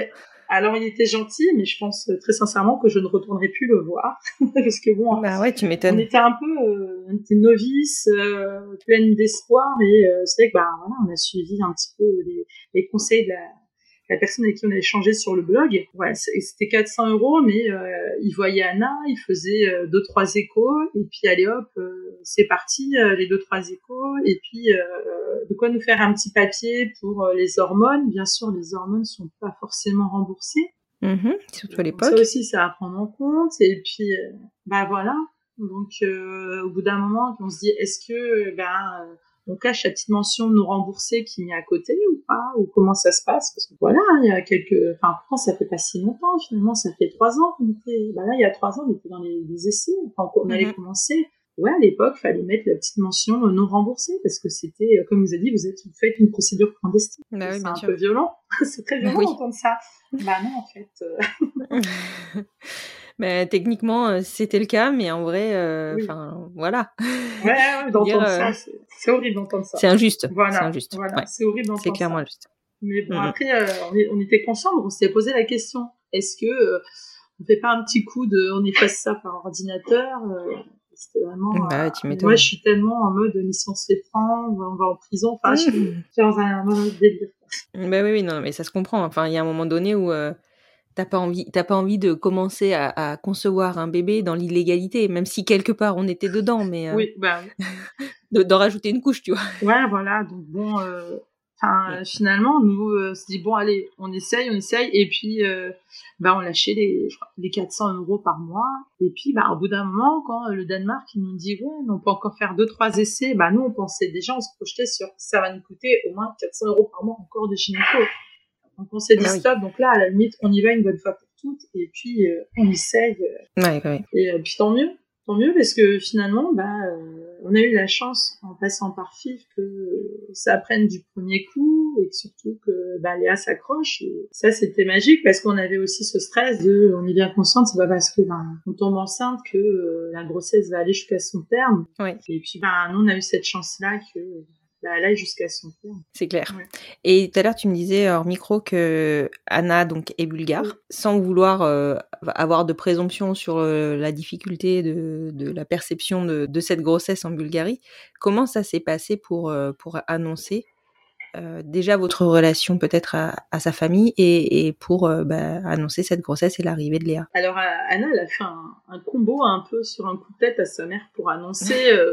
Alors, il était gentil, mais je pense très sincèrement que je ne retournerai plus le voir. Parce que bon, Bah ouais, tu m'étonnes. on était un peu, on était novices, pleines d'espoir, et c'est vrai que bah voilà, on a suivi un petit peu les conseils de la personne avec qui on a échangé sur le blog. Ouais, c'était 400 €, mais il voyait Anna, il faisait 2-3 échos, et puis allez hop, c'est parti, les 2-3 échos, et puis de quoi nous faire un petit papier pour les hormones. Bien sûr, les hormones sont pas forcément remboursées. Surtout à l'époque. Ça aussi, c'est à prendre en compte. Et puis, bah voilà. Donc, au bout d'un moment, on se dit, est-ce que on cache la petite mention nous rembourser qui met à côté ou pas, ou comment ça se passe? Parce que voilà, il y a pourtant ça fait pas si longtemps, finalement, ça fait 3 ans qu'on était, là, il y a 3 ans, on était dans les essais, enfin, on allait commencer. Ouais, à l'époque, fallait mettre la petite mention non remboursée, parce que c'était, comme vous avez dit, vous faites une procédure clandestine. Bah oui, c'est bien un sûr. peu violent. C'est très violent d'entendre ça. Bah non, en fait. Bah, techniquement, c'était le cas, mais en vrai, Oui. voilà. Ouais, d'entendre ça, c'est horrible d'entendre ça. C'est injuste. Voilà, c'est injuste. Voilà, Ouais. c'est horrible d'entendre ça. C'est clairement injuste. Mais bon, après, on était conscients, donc on s'était posé la question. Est-ce que on fait pas un petit coup on efface ça par ordinateur? C'était vraiment... Bah, tu m'étonnes. Moi, je suis tellement en mode, mais si on se fait prendre, on va en prison. Enfin, je suis dans un délire. Bah oui, non, mais ça se comprend. Enfin, il y a un moment donné où t'as pas envie de commencer à concevoir un bébé dans l'illégalité, même si quelque part on était dedans, mais oui, bah oui. d'en rajouter une couche, tu vois. Ouais, voilà. Donc bon, finalement, nous, on se dit bon, allez, on essaye, et puis on lâchait les 400 € par mois. Et puis, au bout d'un moment, quand le Danemark il nous dit ouais, mais on peut encore faire 2-3 essais, nous on pensait déjà, on se projetait sur ça va nous coûter au moins 400 € par mois encore de gynéco. Donc on s'est dit stop. Donc là, à la limite, on y va une bonne fois pour toutes, et puis on essaye. Ouais. Et puis tant mieux, parce que finalement, on a eu la chance en passant par FIF que ça prenne du premier coup, et surtout que Léa s'accroche. Et ça, c'était magique, parce qu'on avait aussi ce stress on est bien consciente, c'est pas parce que on tombe enceinte que la grossesse va aller jusqu'à son terme. Ouais. Et puis nous, on a eu cette chance-là que elle aille jusqu'à son terme. C'est clair. Ouais. Et tout à l'heure, tu me disais hors micro que Anna donc est bulgare, sans vouloir avoir de présomption sur la difficulté de la perception de cette grossesse en Bulgarie. Comment ça s'est passé pour annoncer déjà votre relation peut-être à sa famille et pour annoncer cette grossesse et l'arrivée de Léa? Alors Anna, elle a fait un combo un peu sur un coup de tête à sa mère pour annoncer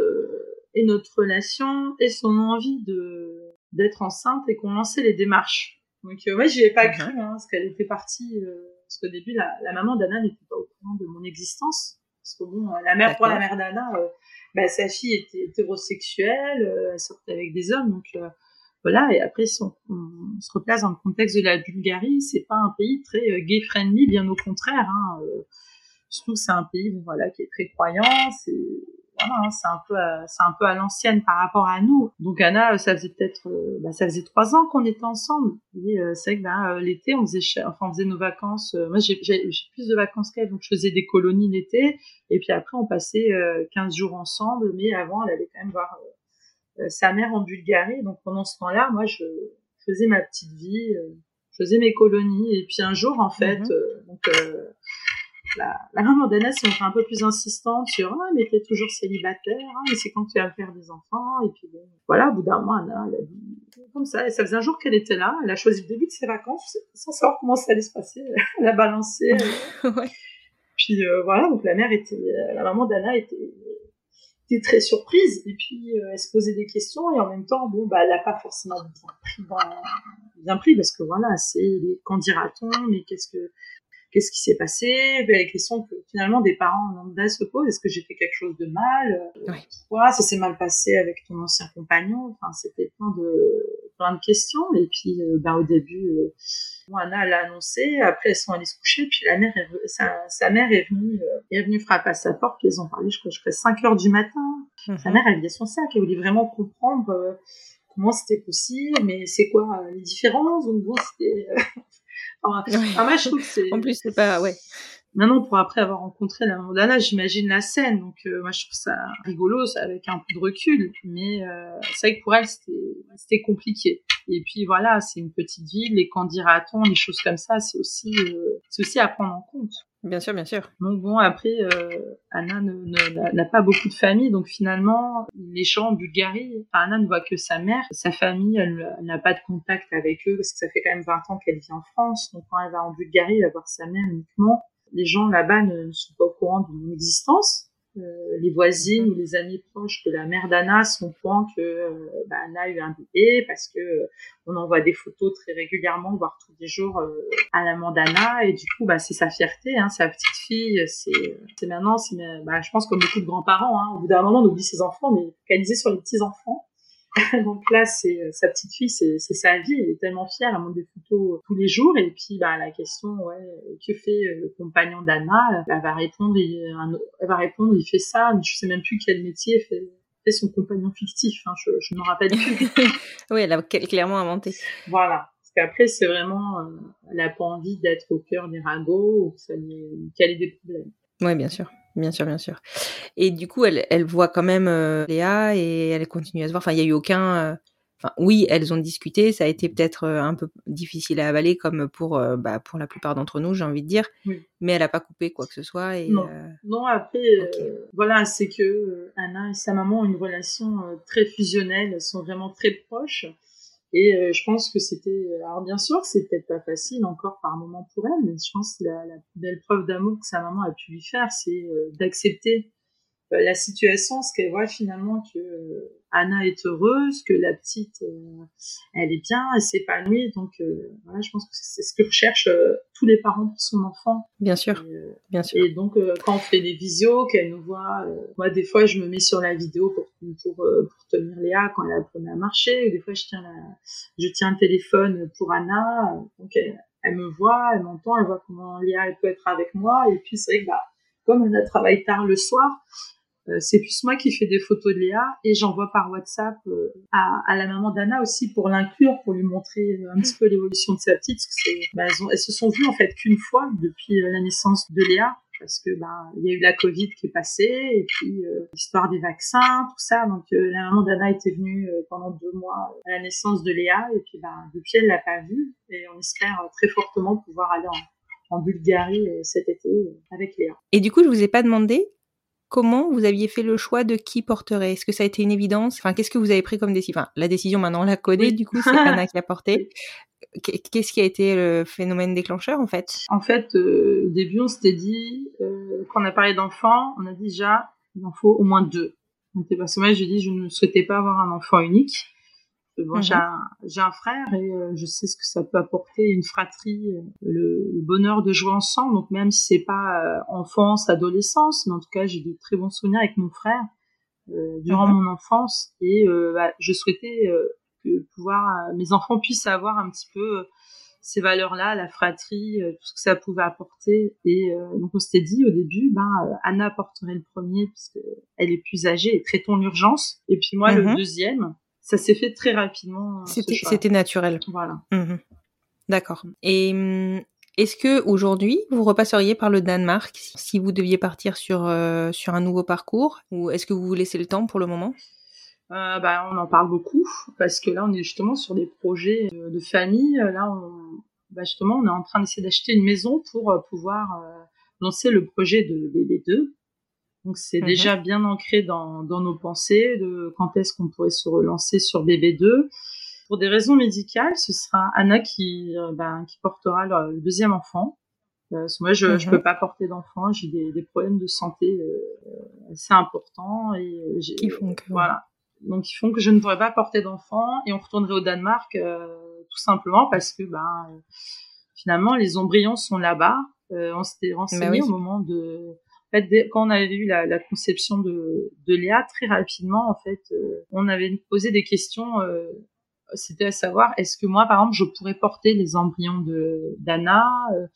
et notre relation et son envie d'être enceinte, et qu'on lançait les démarches. Donc moi, j'y ai pas cru, parce qu'elle était partie, parce qu'au début, la maman d'Anna n'était pas au courant de mon existence. Parce que bon, la mère d'Anna, sa fille était hétérosexuelle, elle sortait avec des hommes, donc voilà. Et après, si on se replace dans le contexte de la Bulgarie, c'est pas un pays très gay-friendly, bien au contraire. Je trouve que c'est un pays qui est très croyant, c'est un peu à l'ancienne par rapport à nous. Donc Anna, ça faisait peut-être ça faisait 3 ans qu'on était ensemble. Et c'est vrai que l'été on faisait nos vacances. Moi j'ai plus de vacances qu'elle, donc je faisais des colonies l'été, et puis après on passait 15 jours ensemble. Mais avant, elle allait quand même voir sa mère en Bulgarie. Donc pendant ce temps-là, moi je faisais ma petite vie, je faisais mes colonies. Et puis un jour, en fait, la maman d'Anna s'est montrée un peu plus insistante sur mais t'es toujours célibataire, mais c'est quand tu vas faire des enfants. Et puis voilà, au bout d'un mois, Anna, elle a dit comme ça. Et ça faisait un jour qu'elle était là, elle a choisi le début de ses vacances sans savoir comment ça allait se passer. Elle a balancé. Ouais. Puis voilà, donc la maman d'Anna était très surprise, et puis elle se posait des questions, et en même temps, elle n'a pas forcément bien pris, parce que voilà, c'est qu'en dira-t-on, mais qu'est-ce qui s'est passé? Les questions que finalement des parents lambda se posent. Est-ce que j'ai fait quelque chose de mal? Pourquoi ça s'est mal passé avec ton ancien compagnon? Enfin, c'était plein de questions. Et puis, au début, Anna l'a annoncé. Après, elles sont allées se coucher. Puis sa mère est venue frapper à sa porte. Puis ils ont parlé, je crois, jusqu'à 5h du matin. Sa mère, elle vidait son sac. Elle voulait vraiment comprendre comment c'était possible, mais c'est quoi les différences? Donc bon, c'était... moi, je trouve que c'est... En plus, c'est pas... Ouais. Maintenant, pour après avoir rencontré la maman d'Anna, j'imagine la scène. Donc, moi, je trouve ça rigolo, ça, avec un peu de recul. Mais c'est vrai que pour elle, c'était compliqué. Et puis voilà, c'est une petite ville, les quand dira-t-on, les choses comme ça, c'est aussi à prendre en compte. Bien sûr, bien sûr. Donc bon, après, Anna n'a pas beaucoup de famille, donc finalement, les gens en Bulgarie, Anna ne voit que sa mère. Sa famille, elle n'a pas de contact avec eux, parce que ça fait quand même 20 ans qu'elle vit en France. Donc quand elle va en Bulgarie, elle va voir sa mère uniquement. Les gens là-bas ne sont pas au courant de mon existence. Les voisines ou les amis proches de la mère d'Anna sont au courant que Anna a eu un bébé, parce que on envoie des photos très régulièrement, voire tous les jours, à la maman d'Anna, et du coup c'est sa fierté, hein, sa petite fille, c'est maintenant, je pense comme beaucoup de grands-parents, hein, au bout d'un moment on oublie ses enfants, mais focaliser sur les petits-enfants. Donc là, c'est sa petite fille, c'est sa vie. Elle est tellement fière, elle montre des photos tous les jours. Et puis, la question, que fait le compagnon d'Anna, elle va répondre, il fait ça, mais je sais même plus quel métier fait son compagnon fictif. Hein, je ne me rappelle plus. Oui, elle a clairement inventé. Voilà. Parce qu'après, c'est vraiment, elle a pas envie d'être au cœur des ragots ou qu'elle ait des problèmes. Oui, bien sûr. Bien sûr, bien sûr. Et du coup, elle voit quand même Léa et elle continue à se voir. Enfin, il y a eu aucun... oui, elles ont discuté. Ça a été peut-être un peu difficile à avaler, comme pour la plupart d'entre nous, j'ai envie de dire. Oui. Mais elle n'a pas coupé quoi que ce soit. Et, non, après, okay. C'est que Anna et sa maman ont une relation très fusionnelle. Elles sont vraiment très proches. Et je pense que c'était... Alors bien sûr que c'est peut-être pas facile encore par moment pour elle, mais je pense que la plus belle preuve d'amour que sa maman a pu lui faire, c'est d'accepter la situation, ce qu'elle voit finalement que Anna est heureuse, que la petite, elle est bien, elle s'épanouit. Donc je pense que c'est ce que recherchent tous les parents pour son enfant. Bien sûr, bien sûr. Et donc quand on fait des visios, qu'elle nous voit, moi des fois je me mets sur la vidéo pour tenir Léa quand elle apprenait à marcher, ou des fois je tiens le téléphone pour Anna, donc elle me voit, elle m'entend, elle voit comment Léa elle peut être avec moi. Et puis c'est vrai que comme Anna travaille tard le soir, c'est plus moi qui fais des photos de Léa et j'envoie par WhatsApp à la maman d'Anna aussi pour l'inclure, pour lui montrer un petit peu l'évolution de sa petite, parce que elles se sont vues en fait qu'une fois depuis la naissance de Léa, parce que il y a eu la Covid qui est passée, et puis l'histoire des vaccins, tout ça. Donc la maman d'Anna était venue pendant 2 mois à la naissance de Léa, et puis depuis elle l'a pas vue, et on espère très fortement pouvoir aller en Bulgarie cet été avec Léa. Et du coup, je vous ai pas demandé comment vous aviez fait le choix de qui porterait. Est-ce que ça a été une évidence ? Enfin, qu'est-ce que vous avez pris comme décision ? Enfin, la décision, maintenant, on la connaît, du coup, c'est Anna qui a porté. Qu'est-ce qui a été le phénomène déclencheur, en fait ? En fait, au début, on s'était dit, quand on a parlé d'enfants, on a dit déjà, il en faut au moins 2. Donc, parce que moi, j'ai dit, je ne souhaitais pas avoir un enfant unique. Bon, j'ai un frère et je sais ce que ça peut apporter, une fratrie, le bonheur de jouer ensemble. Donc même si c'est pas enfance, adolescence, mais en tout cas j'ai de très bons souvenirs avec mon frère durant mon enfance, et je souhaitais que mes enfants puissent avoir un petit peu ces valeurs-là, la fratrie, tout ce que ça pouvait apporter. Et donc on s'était dit au début, Anna porterait le premier puisque elle est plus âgée et traitons l'urgence. Et puis moi le deuxième. Ça s'est fait très rapidement. C'était naturel. Voilà. D'accord. Et est-ce que aujourd'hui vous repasseriez par le Danemark si vous deviez partir sur un nouveau parcours, ou est-ce que vous vous laissez le temps pour le moment ? On en parle beaucoup parce que là on est justement sur des projets de famille. Là on est en train d'essayer d'acheter une maison pour pouvoir lancer le projet de BB2. Donc c'est déjà bien ancré dans nos pensées de quand est-ce qu'on pourrait se relancer sur BB2. Pour des raisons médicales, ce sera Anna qui portera le deuxième enfant. Moi, je peux pas porter d'enfant, j'ai des problèmes de santé assez importants et donc ils font que je ne pourrais pas porter d'enfant, et on retournerait au Danemark tout simplement parce que finalement les embryons sont là-bas. On s'était renseigné au moment de... En fait, quand on avait eu la conception de Léa, très rapidement, en fait, on avait posé des questions. C'était à savoir, est-ce que moi, par exemple, je pourrais porter les embryons d'Anna.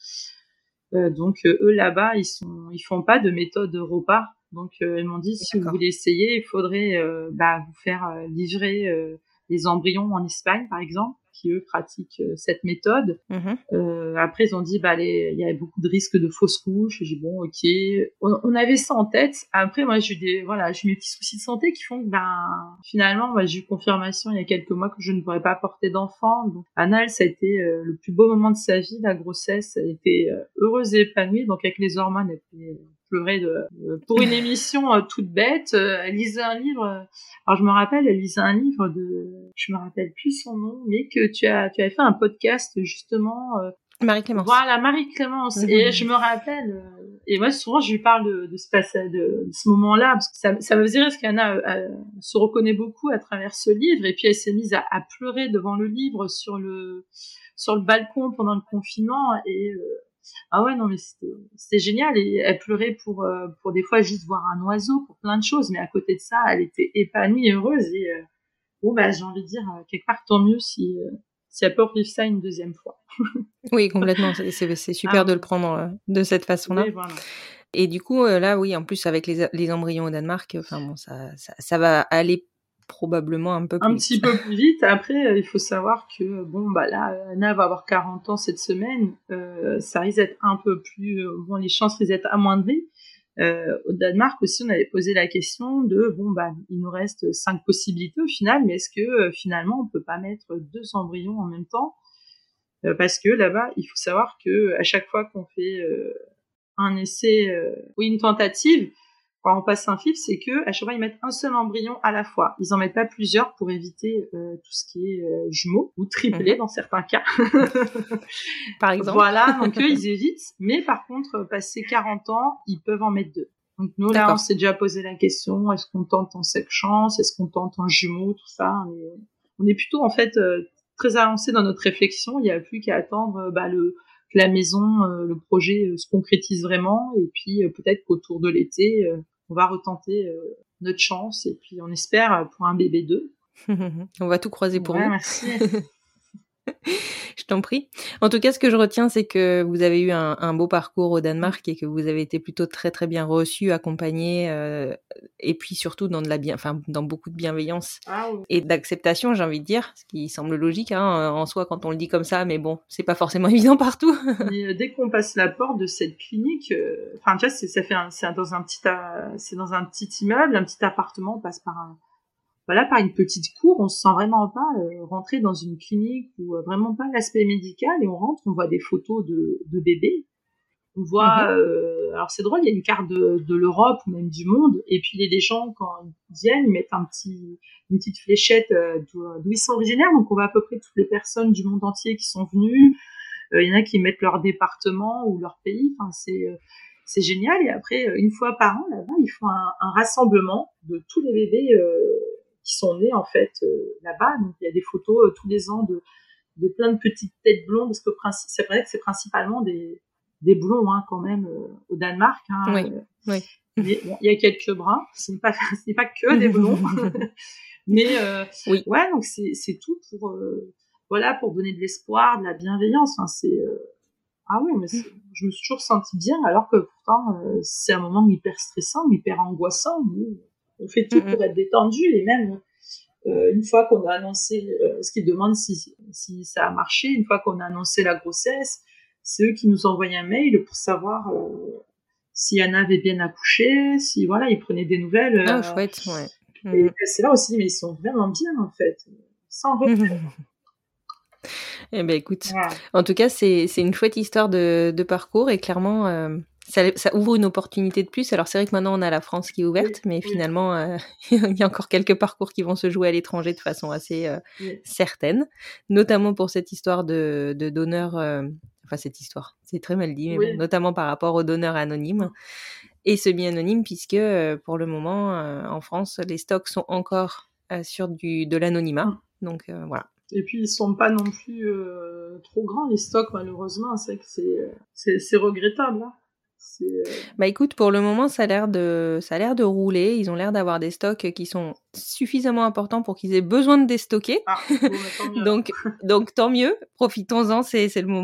Donc eux là-bas, ils font pas de méthode repas. Donc ils m'ont dit, si vous voulez essayer, il faudrait vous faire livrer les embryons en Espagne, par exemple, qui eux pratiquent cette méthode. Après ils ont dit il y a beaucoup de risques de fausses couches. J'ai dit bon ok, on avait ça en tête. Après moi j'ai eu mes petits soucis de santé qui font que finalement j'ai eu confirmation il y a quelques mois que je ne pourrais pas porter d'enfant. Donc Anna ça a été le plus beau moment de sa vie, la grossesse. Elle était heureuse et épanouie, donc avec les hormones elle pleurait pour une émission toute bête. Elle lisait un livre. Alors je me rappelle, elle lisait un livre je me rappelle plus son nom, mais que tu avais fait un podcast justement. Marie-Clémence. Voilà, Marie-Clémence. Et je me rappelle. Et moi souvent je lui parle de ce passage, de ce moment-là, parce que ça me faisait rire, parce qu'Anna se reconnaît beaucoup à travers ce livre. Et puis elle s'est mise à pleurer devant le livre sur le balcon pendant le confinement. Et ah ouais, non, mais c'était génial. Et elle pleurait pour des fois juste voir un oiseau, pour plein de choses. Mais à côté de ça, elle était épanouie et heureuse. Et j'ai envie de dire, quelque part, tant mieux si elle peut revivre ça une deuxième fois. Oui, complètement. C'est super de le prendre de cette façon-là. Oui, voilà. Et du coup, là, oui, en plus, avec les embryons au Danemark, ça va aller probablement un peu plus vite. Petit peu plus vite. Après, il faut savoir que là, Anna va avoir 40 ans cette semaine. Ça risque d'être un peu plus les chances risquent d'être amoindries. Au Danemark aussi, on avait posé la question de il nous reste 5 possibilités au final, mais est-ce que finalement on peut pas mettre 2 embryons en même temps, parce que là-bas, il faut savoir que à chaque fois qu'on fait un essai ou une tentative, quand on passe un FIV, c'est que à chaque fois ils mettent un seul embryon à la fois. Ils en mettent pas plusieurs pour éviter tout ce qui est jumeaux ou triplés dans certains cas. Par exemple. Voilà, donc eux ils évitent. Mais par contre, passé 40 ans, ils peuvent en mettre 2. Donc nous là, on s'est déjà posé la question, est-ce qu'on tente en sex chance, est-ce qu'on tente en jumeaux, tout ça. On est plutôt en fait très avancé dans notre réflexion. Il n'y a plus qu'à attendre que la maison, le projet se concrétise vraiment, et puis peut-être qu'autour de l'été, on va retenter notre chance, et puis on espère pour un bébé 2. On va tout croiser pour vous. Merci. Je t'en prie. En tout cas, ce que je retiens, c'est que vous avez eu un beau parcours au Danemark et que vous avez été plutôt très très bien reçu, accompagné, et puis surtout dans beaucoup de bienveillance et d'acceptation, j'ai envie de dire, ce qui semble logique en soi quand on le dit comme ça, mais bon, c'est pas forcément évident partout. Mais dès qu'on passe la porte de cette clinique, tu vois, c'est dans un petit immeuble, un petit appartement, on passe par une petite cour, on se sent vraiment pas rentrer dans une clinique ou vraiment pas l'aspect médical, et on rentre, on voit des photos de bébés, on voit, alors c'est drôle, il y a une carte de l'Europe ou même du monde, et puis les gens quand ils viennent, ils mettent une petite fléchette d'où ils sont originaires, donc on voit à peu près toutes les personnes du monde entier qui sont venues. Il y en a qui mettent leur département ou leur pays, enfin c'est génial. Et après, une fois par an, là-bas, ils font un rassemblement de tous les bébés qui sont nés en fait là-bas. Donc il y a des photos tous les ans de plein de petites têtes blondes, parce que c'est vrai que c'est principalement des blonds quand même au Danemark. Oui. Mais bon, il y a quelques bruns, ce n'est pas que des blonds. Mais oui. Ouais, donc c'est tout pour pour donner de l'espoir, de la bienveillance. Enfin, mais je me suis toujours sentie bien, alors que pourtant c'est un moment hyper stressant, hyper angoissant. On fait tout pour être détendu, et même une fois qu'on a annoncé, ce qu'ils demandent si ça a marché, une fois qu'on a annoncé la grossesse, c'est eux qui nous envoyaient un mail pour savoir si Anna avait bien accouché, si ils prenaient des nouvelles. Chouette, ouais. Et c'est là aussi, mais ils sont vraiment bien en fait, sans regret. Eh ben écoute, en tout cas c'est une chouette histoire de parcours, et clairement ça ouvre une opportunité de plus. Alors c'est vrai que maintenant on a la France qui est ouverte, mais finalement il y a encore quelques parcours qui vont se jouer à l'étranger de façon assez certaine, notamment pour cette histoire de donneur, cette histoire, c'est très mal dit, mais bon, notamment par rapport aux donneurs anonymes et semi-anonymes, puisque pour le moment en France les stocks sont encore sur de l'anonymat, donc voilà. Et puis ils sont pas non plus trop grands les stocks, malheureusement. C'est vrai que c'est regrettable. Écoute, pour le moment ça a l'air de rouler. Ils ont l'air d'avoir des stocks qui sont suffisamment importants pour qu'ils aient besoin de déstocker. Tant mieux. donc tant mieux. Profitons-en, c'est le moment.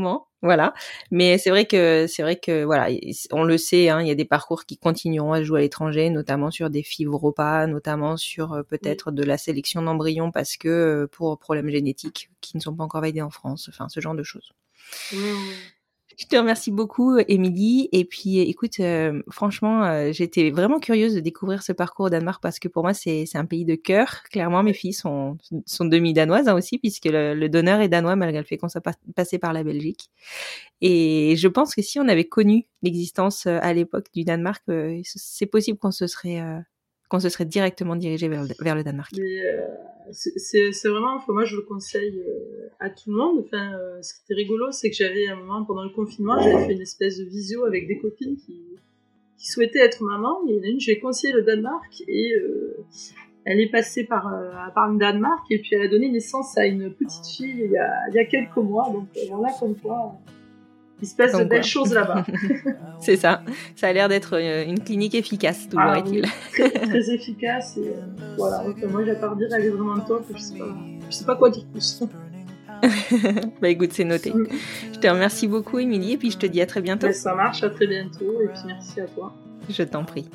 Voilà. Mais c'est vrai que voilà, on le sait, hein, il y a des parcours qui continueront à se jouer à l'étranger, notamment sur des FIV-ROPA, notamment sur peut-être de la sélection d'embryons parce que pour problèmes génétiques qui ne sont pas encore validés en France, enfin ce genre de choses. Je te remercie beaucoup, Émilie. Et puis, écoute, franchement, j'étais vraiment curieuse de découvrir ce parcours au Danemark parce que pour moi, c'est un pays de cœur. Clairement, mes filles sont demi-danoises hein, aussi, puisque le donneur est danois malgré le fait qu'on soit passé par la Belgique. Et je pense que si on avait connu l'existence à l'époque du Danemark, c'est possible qu'on se serait directement dirigé vers le Danemark. Mais c'est vraiment, enfin, moi je le conseille à tout le monde. Enfin, ce qui était rigolo, c'est que j'avais un moment pendant le confinement, j'avais fait une espèce de visio avec des copines qui souhaitaient être maman. Et il y en a une, je lui ai conseillé le Danemark et elle est passée par le Danemark et puis elle a donné naissance à une petite fille il y a quelques mois. Donc voilà, comme quoi, il se passe de belles choses là-bas. C'est ça. Ça a l'air d'être une clinique efficace, toujours est-il. Oui, très, très efficace. Et voilà, donc, moi j'ai pas à dire, elle est vraiment top. Je sais pas quoi dire plus. Bah écoute, c'est noté. Je te remercie beaucoup, Émilie, et puis je te dis à très bientôt. Ça marche, à très bientôt, et puis merci à toi. Je t'en prie.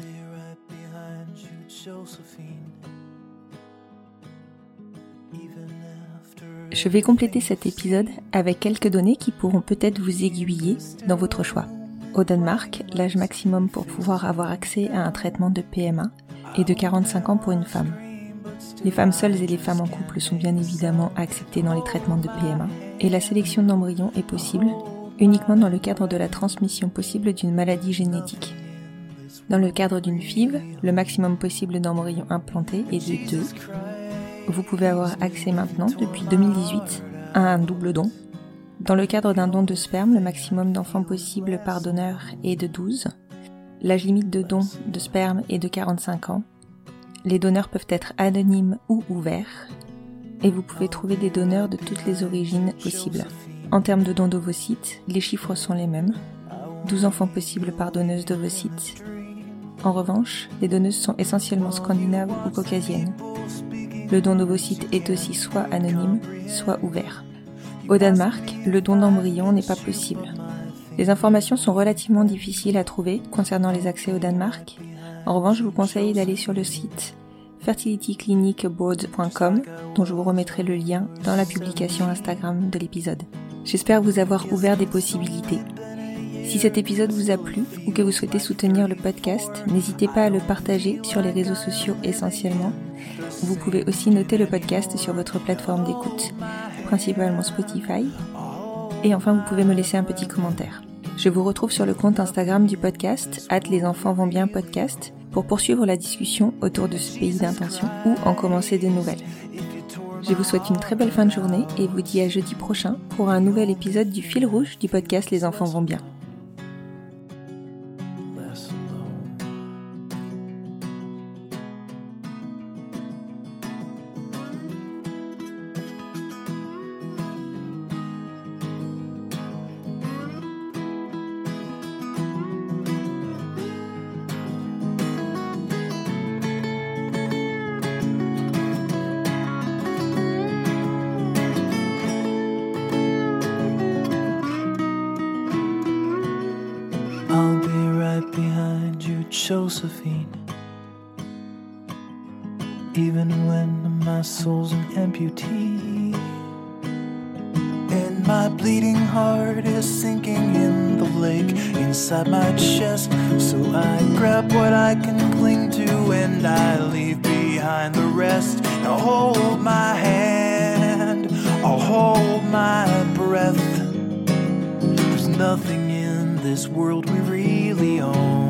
Je vais compléter cet épisode avec quelques données qui pourront peut-être vous aiguiller dans votre choix. Au Danemark, l'âge maximum pour pouvoir avoir accès à un traitement de PMA est de 45 ans pour une femme. Les femmes seules et les femmes en couple sont bien évidemment acceptées dans les traitements de PMA et la sélection d'embryons est possible uniquement dans le cadre de la transmission possible d'une maladie génétique. Dans le cadre d'une FIV, le maximum possible d'embryons implantés est de 2. Vous pouvez avoir accès maintenant, depuis 2018, à un double don. Dans le cadre d'un don de sperme, le maximum d'enfants possible par donneur est de 12. L'âge limite de don de sperme est de 45 ans. Les donneurs peuvent être anonymes ou ouverts. Et vous pouvez trouver des donneurs de toutes les origines possibles. En termes de dons d'ovocytes, les chiffres sont les mêmes. 12 enfants possibles par donneuse d'ovocytes. En revanche, les donneuses sont essentiellement scandinaves ou caucasiennes. Le don d'ovocytes est aussi soit anonyme, soit ouvert. Au Danemark, le don d'embryon n'est pas possible. Les informations sont relativement difficiles à trouver concernant les accès au Danemark. En revanche, je vous conseille d'aller sur le site fertilityclinicboard.com, dont je vous remettrai le lien dans la publication Instagram de l'épisode. J'espère vous avoir ouvert des possibilités. Si cet épisode vous a plu ou que vous souhaitez soutenir le podcast, n'hésitez pas à le partager sur les réseaux sociaux essentiellement. Vous pouvez aussi noter le podcast sur votre plateforme d'écoute, principalement Spotify. Et enfin, vous pouvez me laisser un petit commentaire. Je vous retrouve sur le compte Instagram du podcast, @lesenfantsvontsbien_podcast, pour poursuivre la discussion autour de ce pays d'intention ou en commencer de nouvelles. Je vous souhaite une très belle fin de journée et vous dis à jeudi prochain pour un nouvel épisode du fil rouge du podcast Les enfants vont bien. I'll be right behind you, Josephine. Even when my soul's an amputee, and my bleeding heart is sinking in the lake inside my chest. So I grab what I can cling to and I leave behind the rest. Now hold my hand, I'll hold my breath. There's nothing in this world we really own.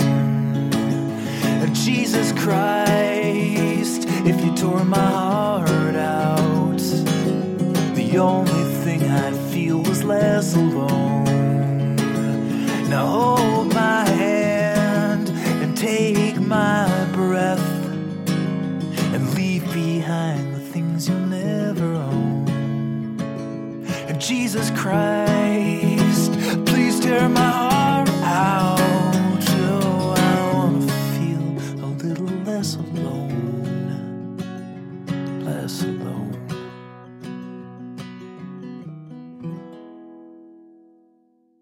Jesus Christ, if you tore my heart out, the only thing I'd feel was less alone. Now hold my hand and take my breath and leave behind the things you'll never own. And Jesus Christ, please tear my heart out. Oh, I wanna feel a little less alone, less alone.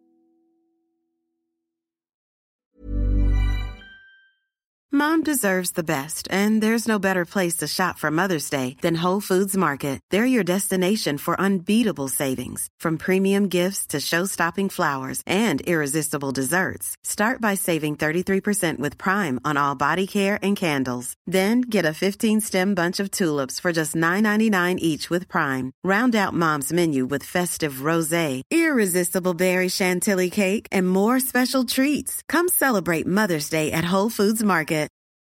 Mom deserves the best, and there's no better place to shop for Mother's Day than Whole Foods Market. They're your destination for unbeatable savings, from premium gifts to show-stopping flowers and irresistible desserts. Start by saving 33% with Prime on all body care and candles. Then get a 15-stem bunch of tulips for just $9.99 each with Prime. Round out Mom's menu with festive rosé, irresistible berry chantilly cake, and more special treats. Come celebrate Mother's Day at Whole Foods Market.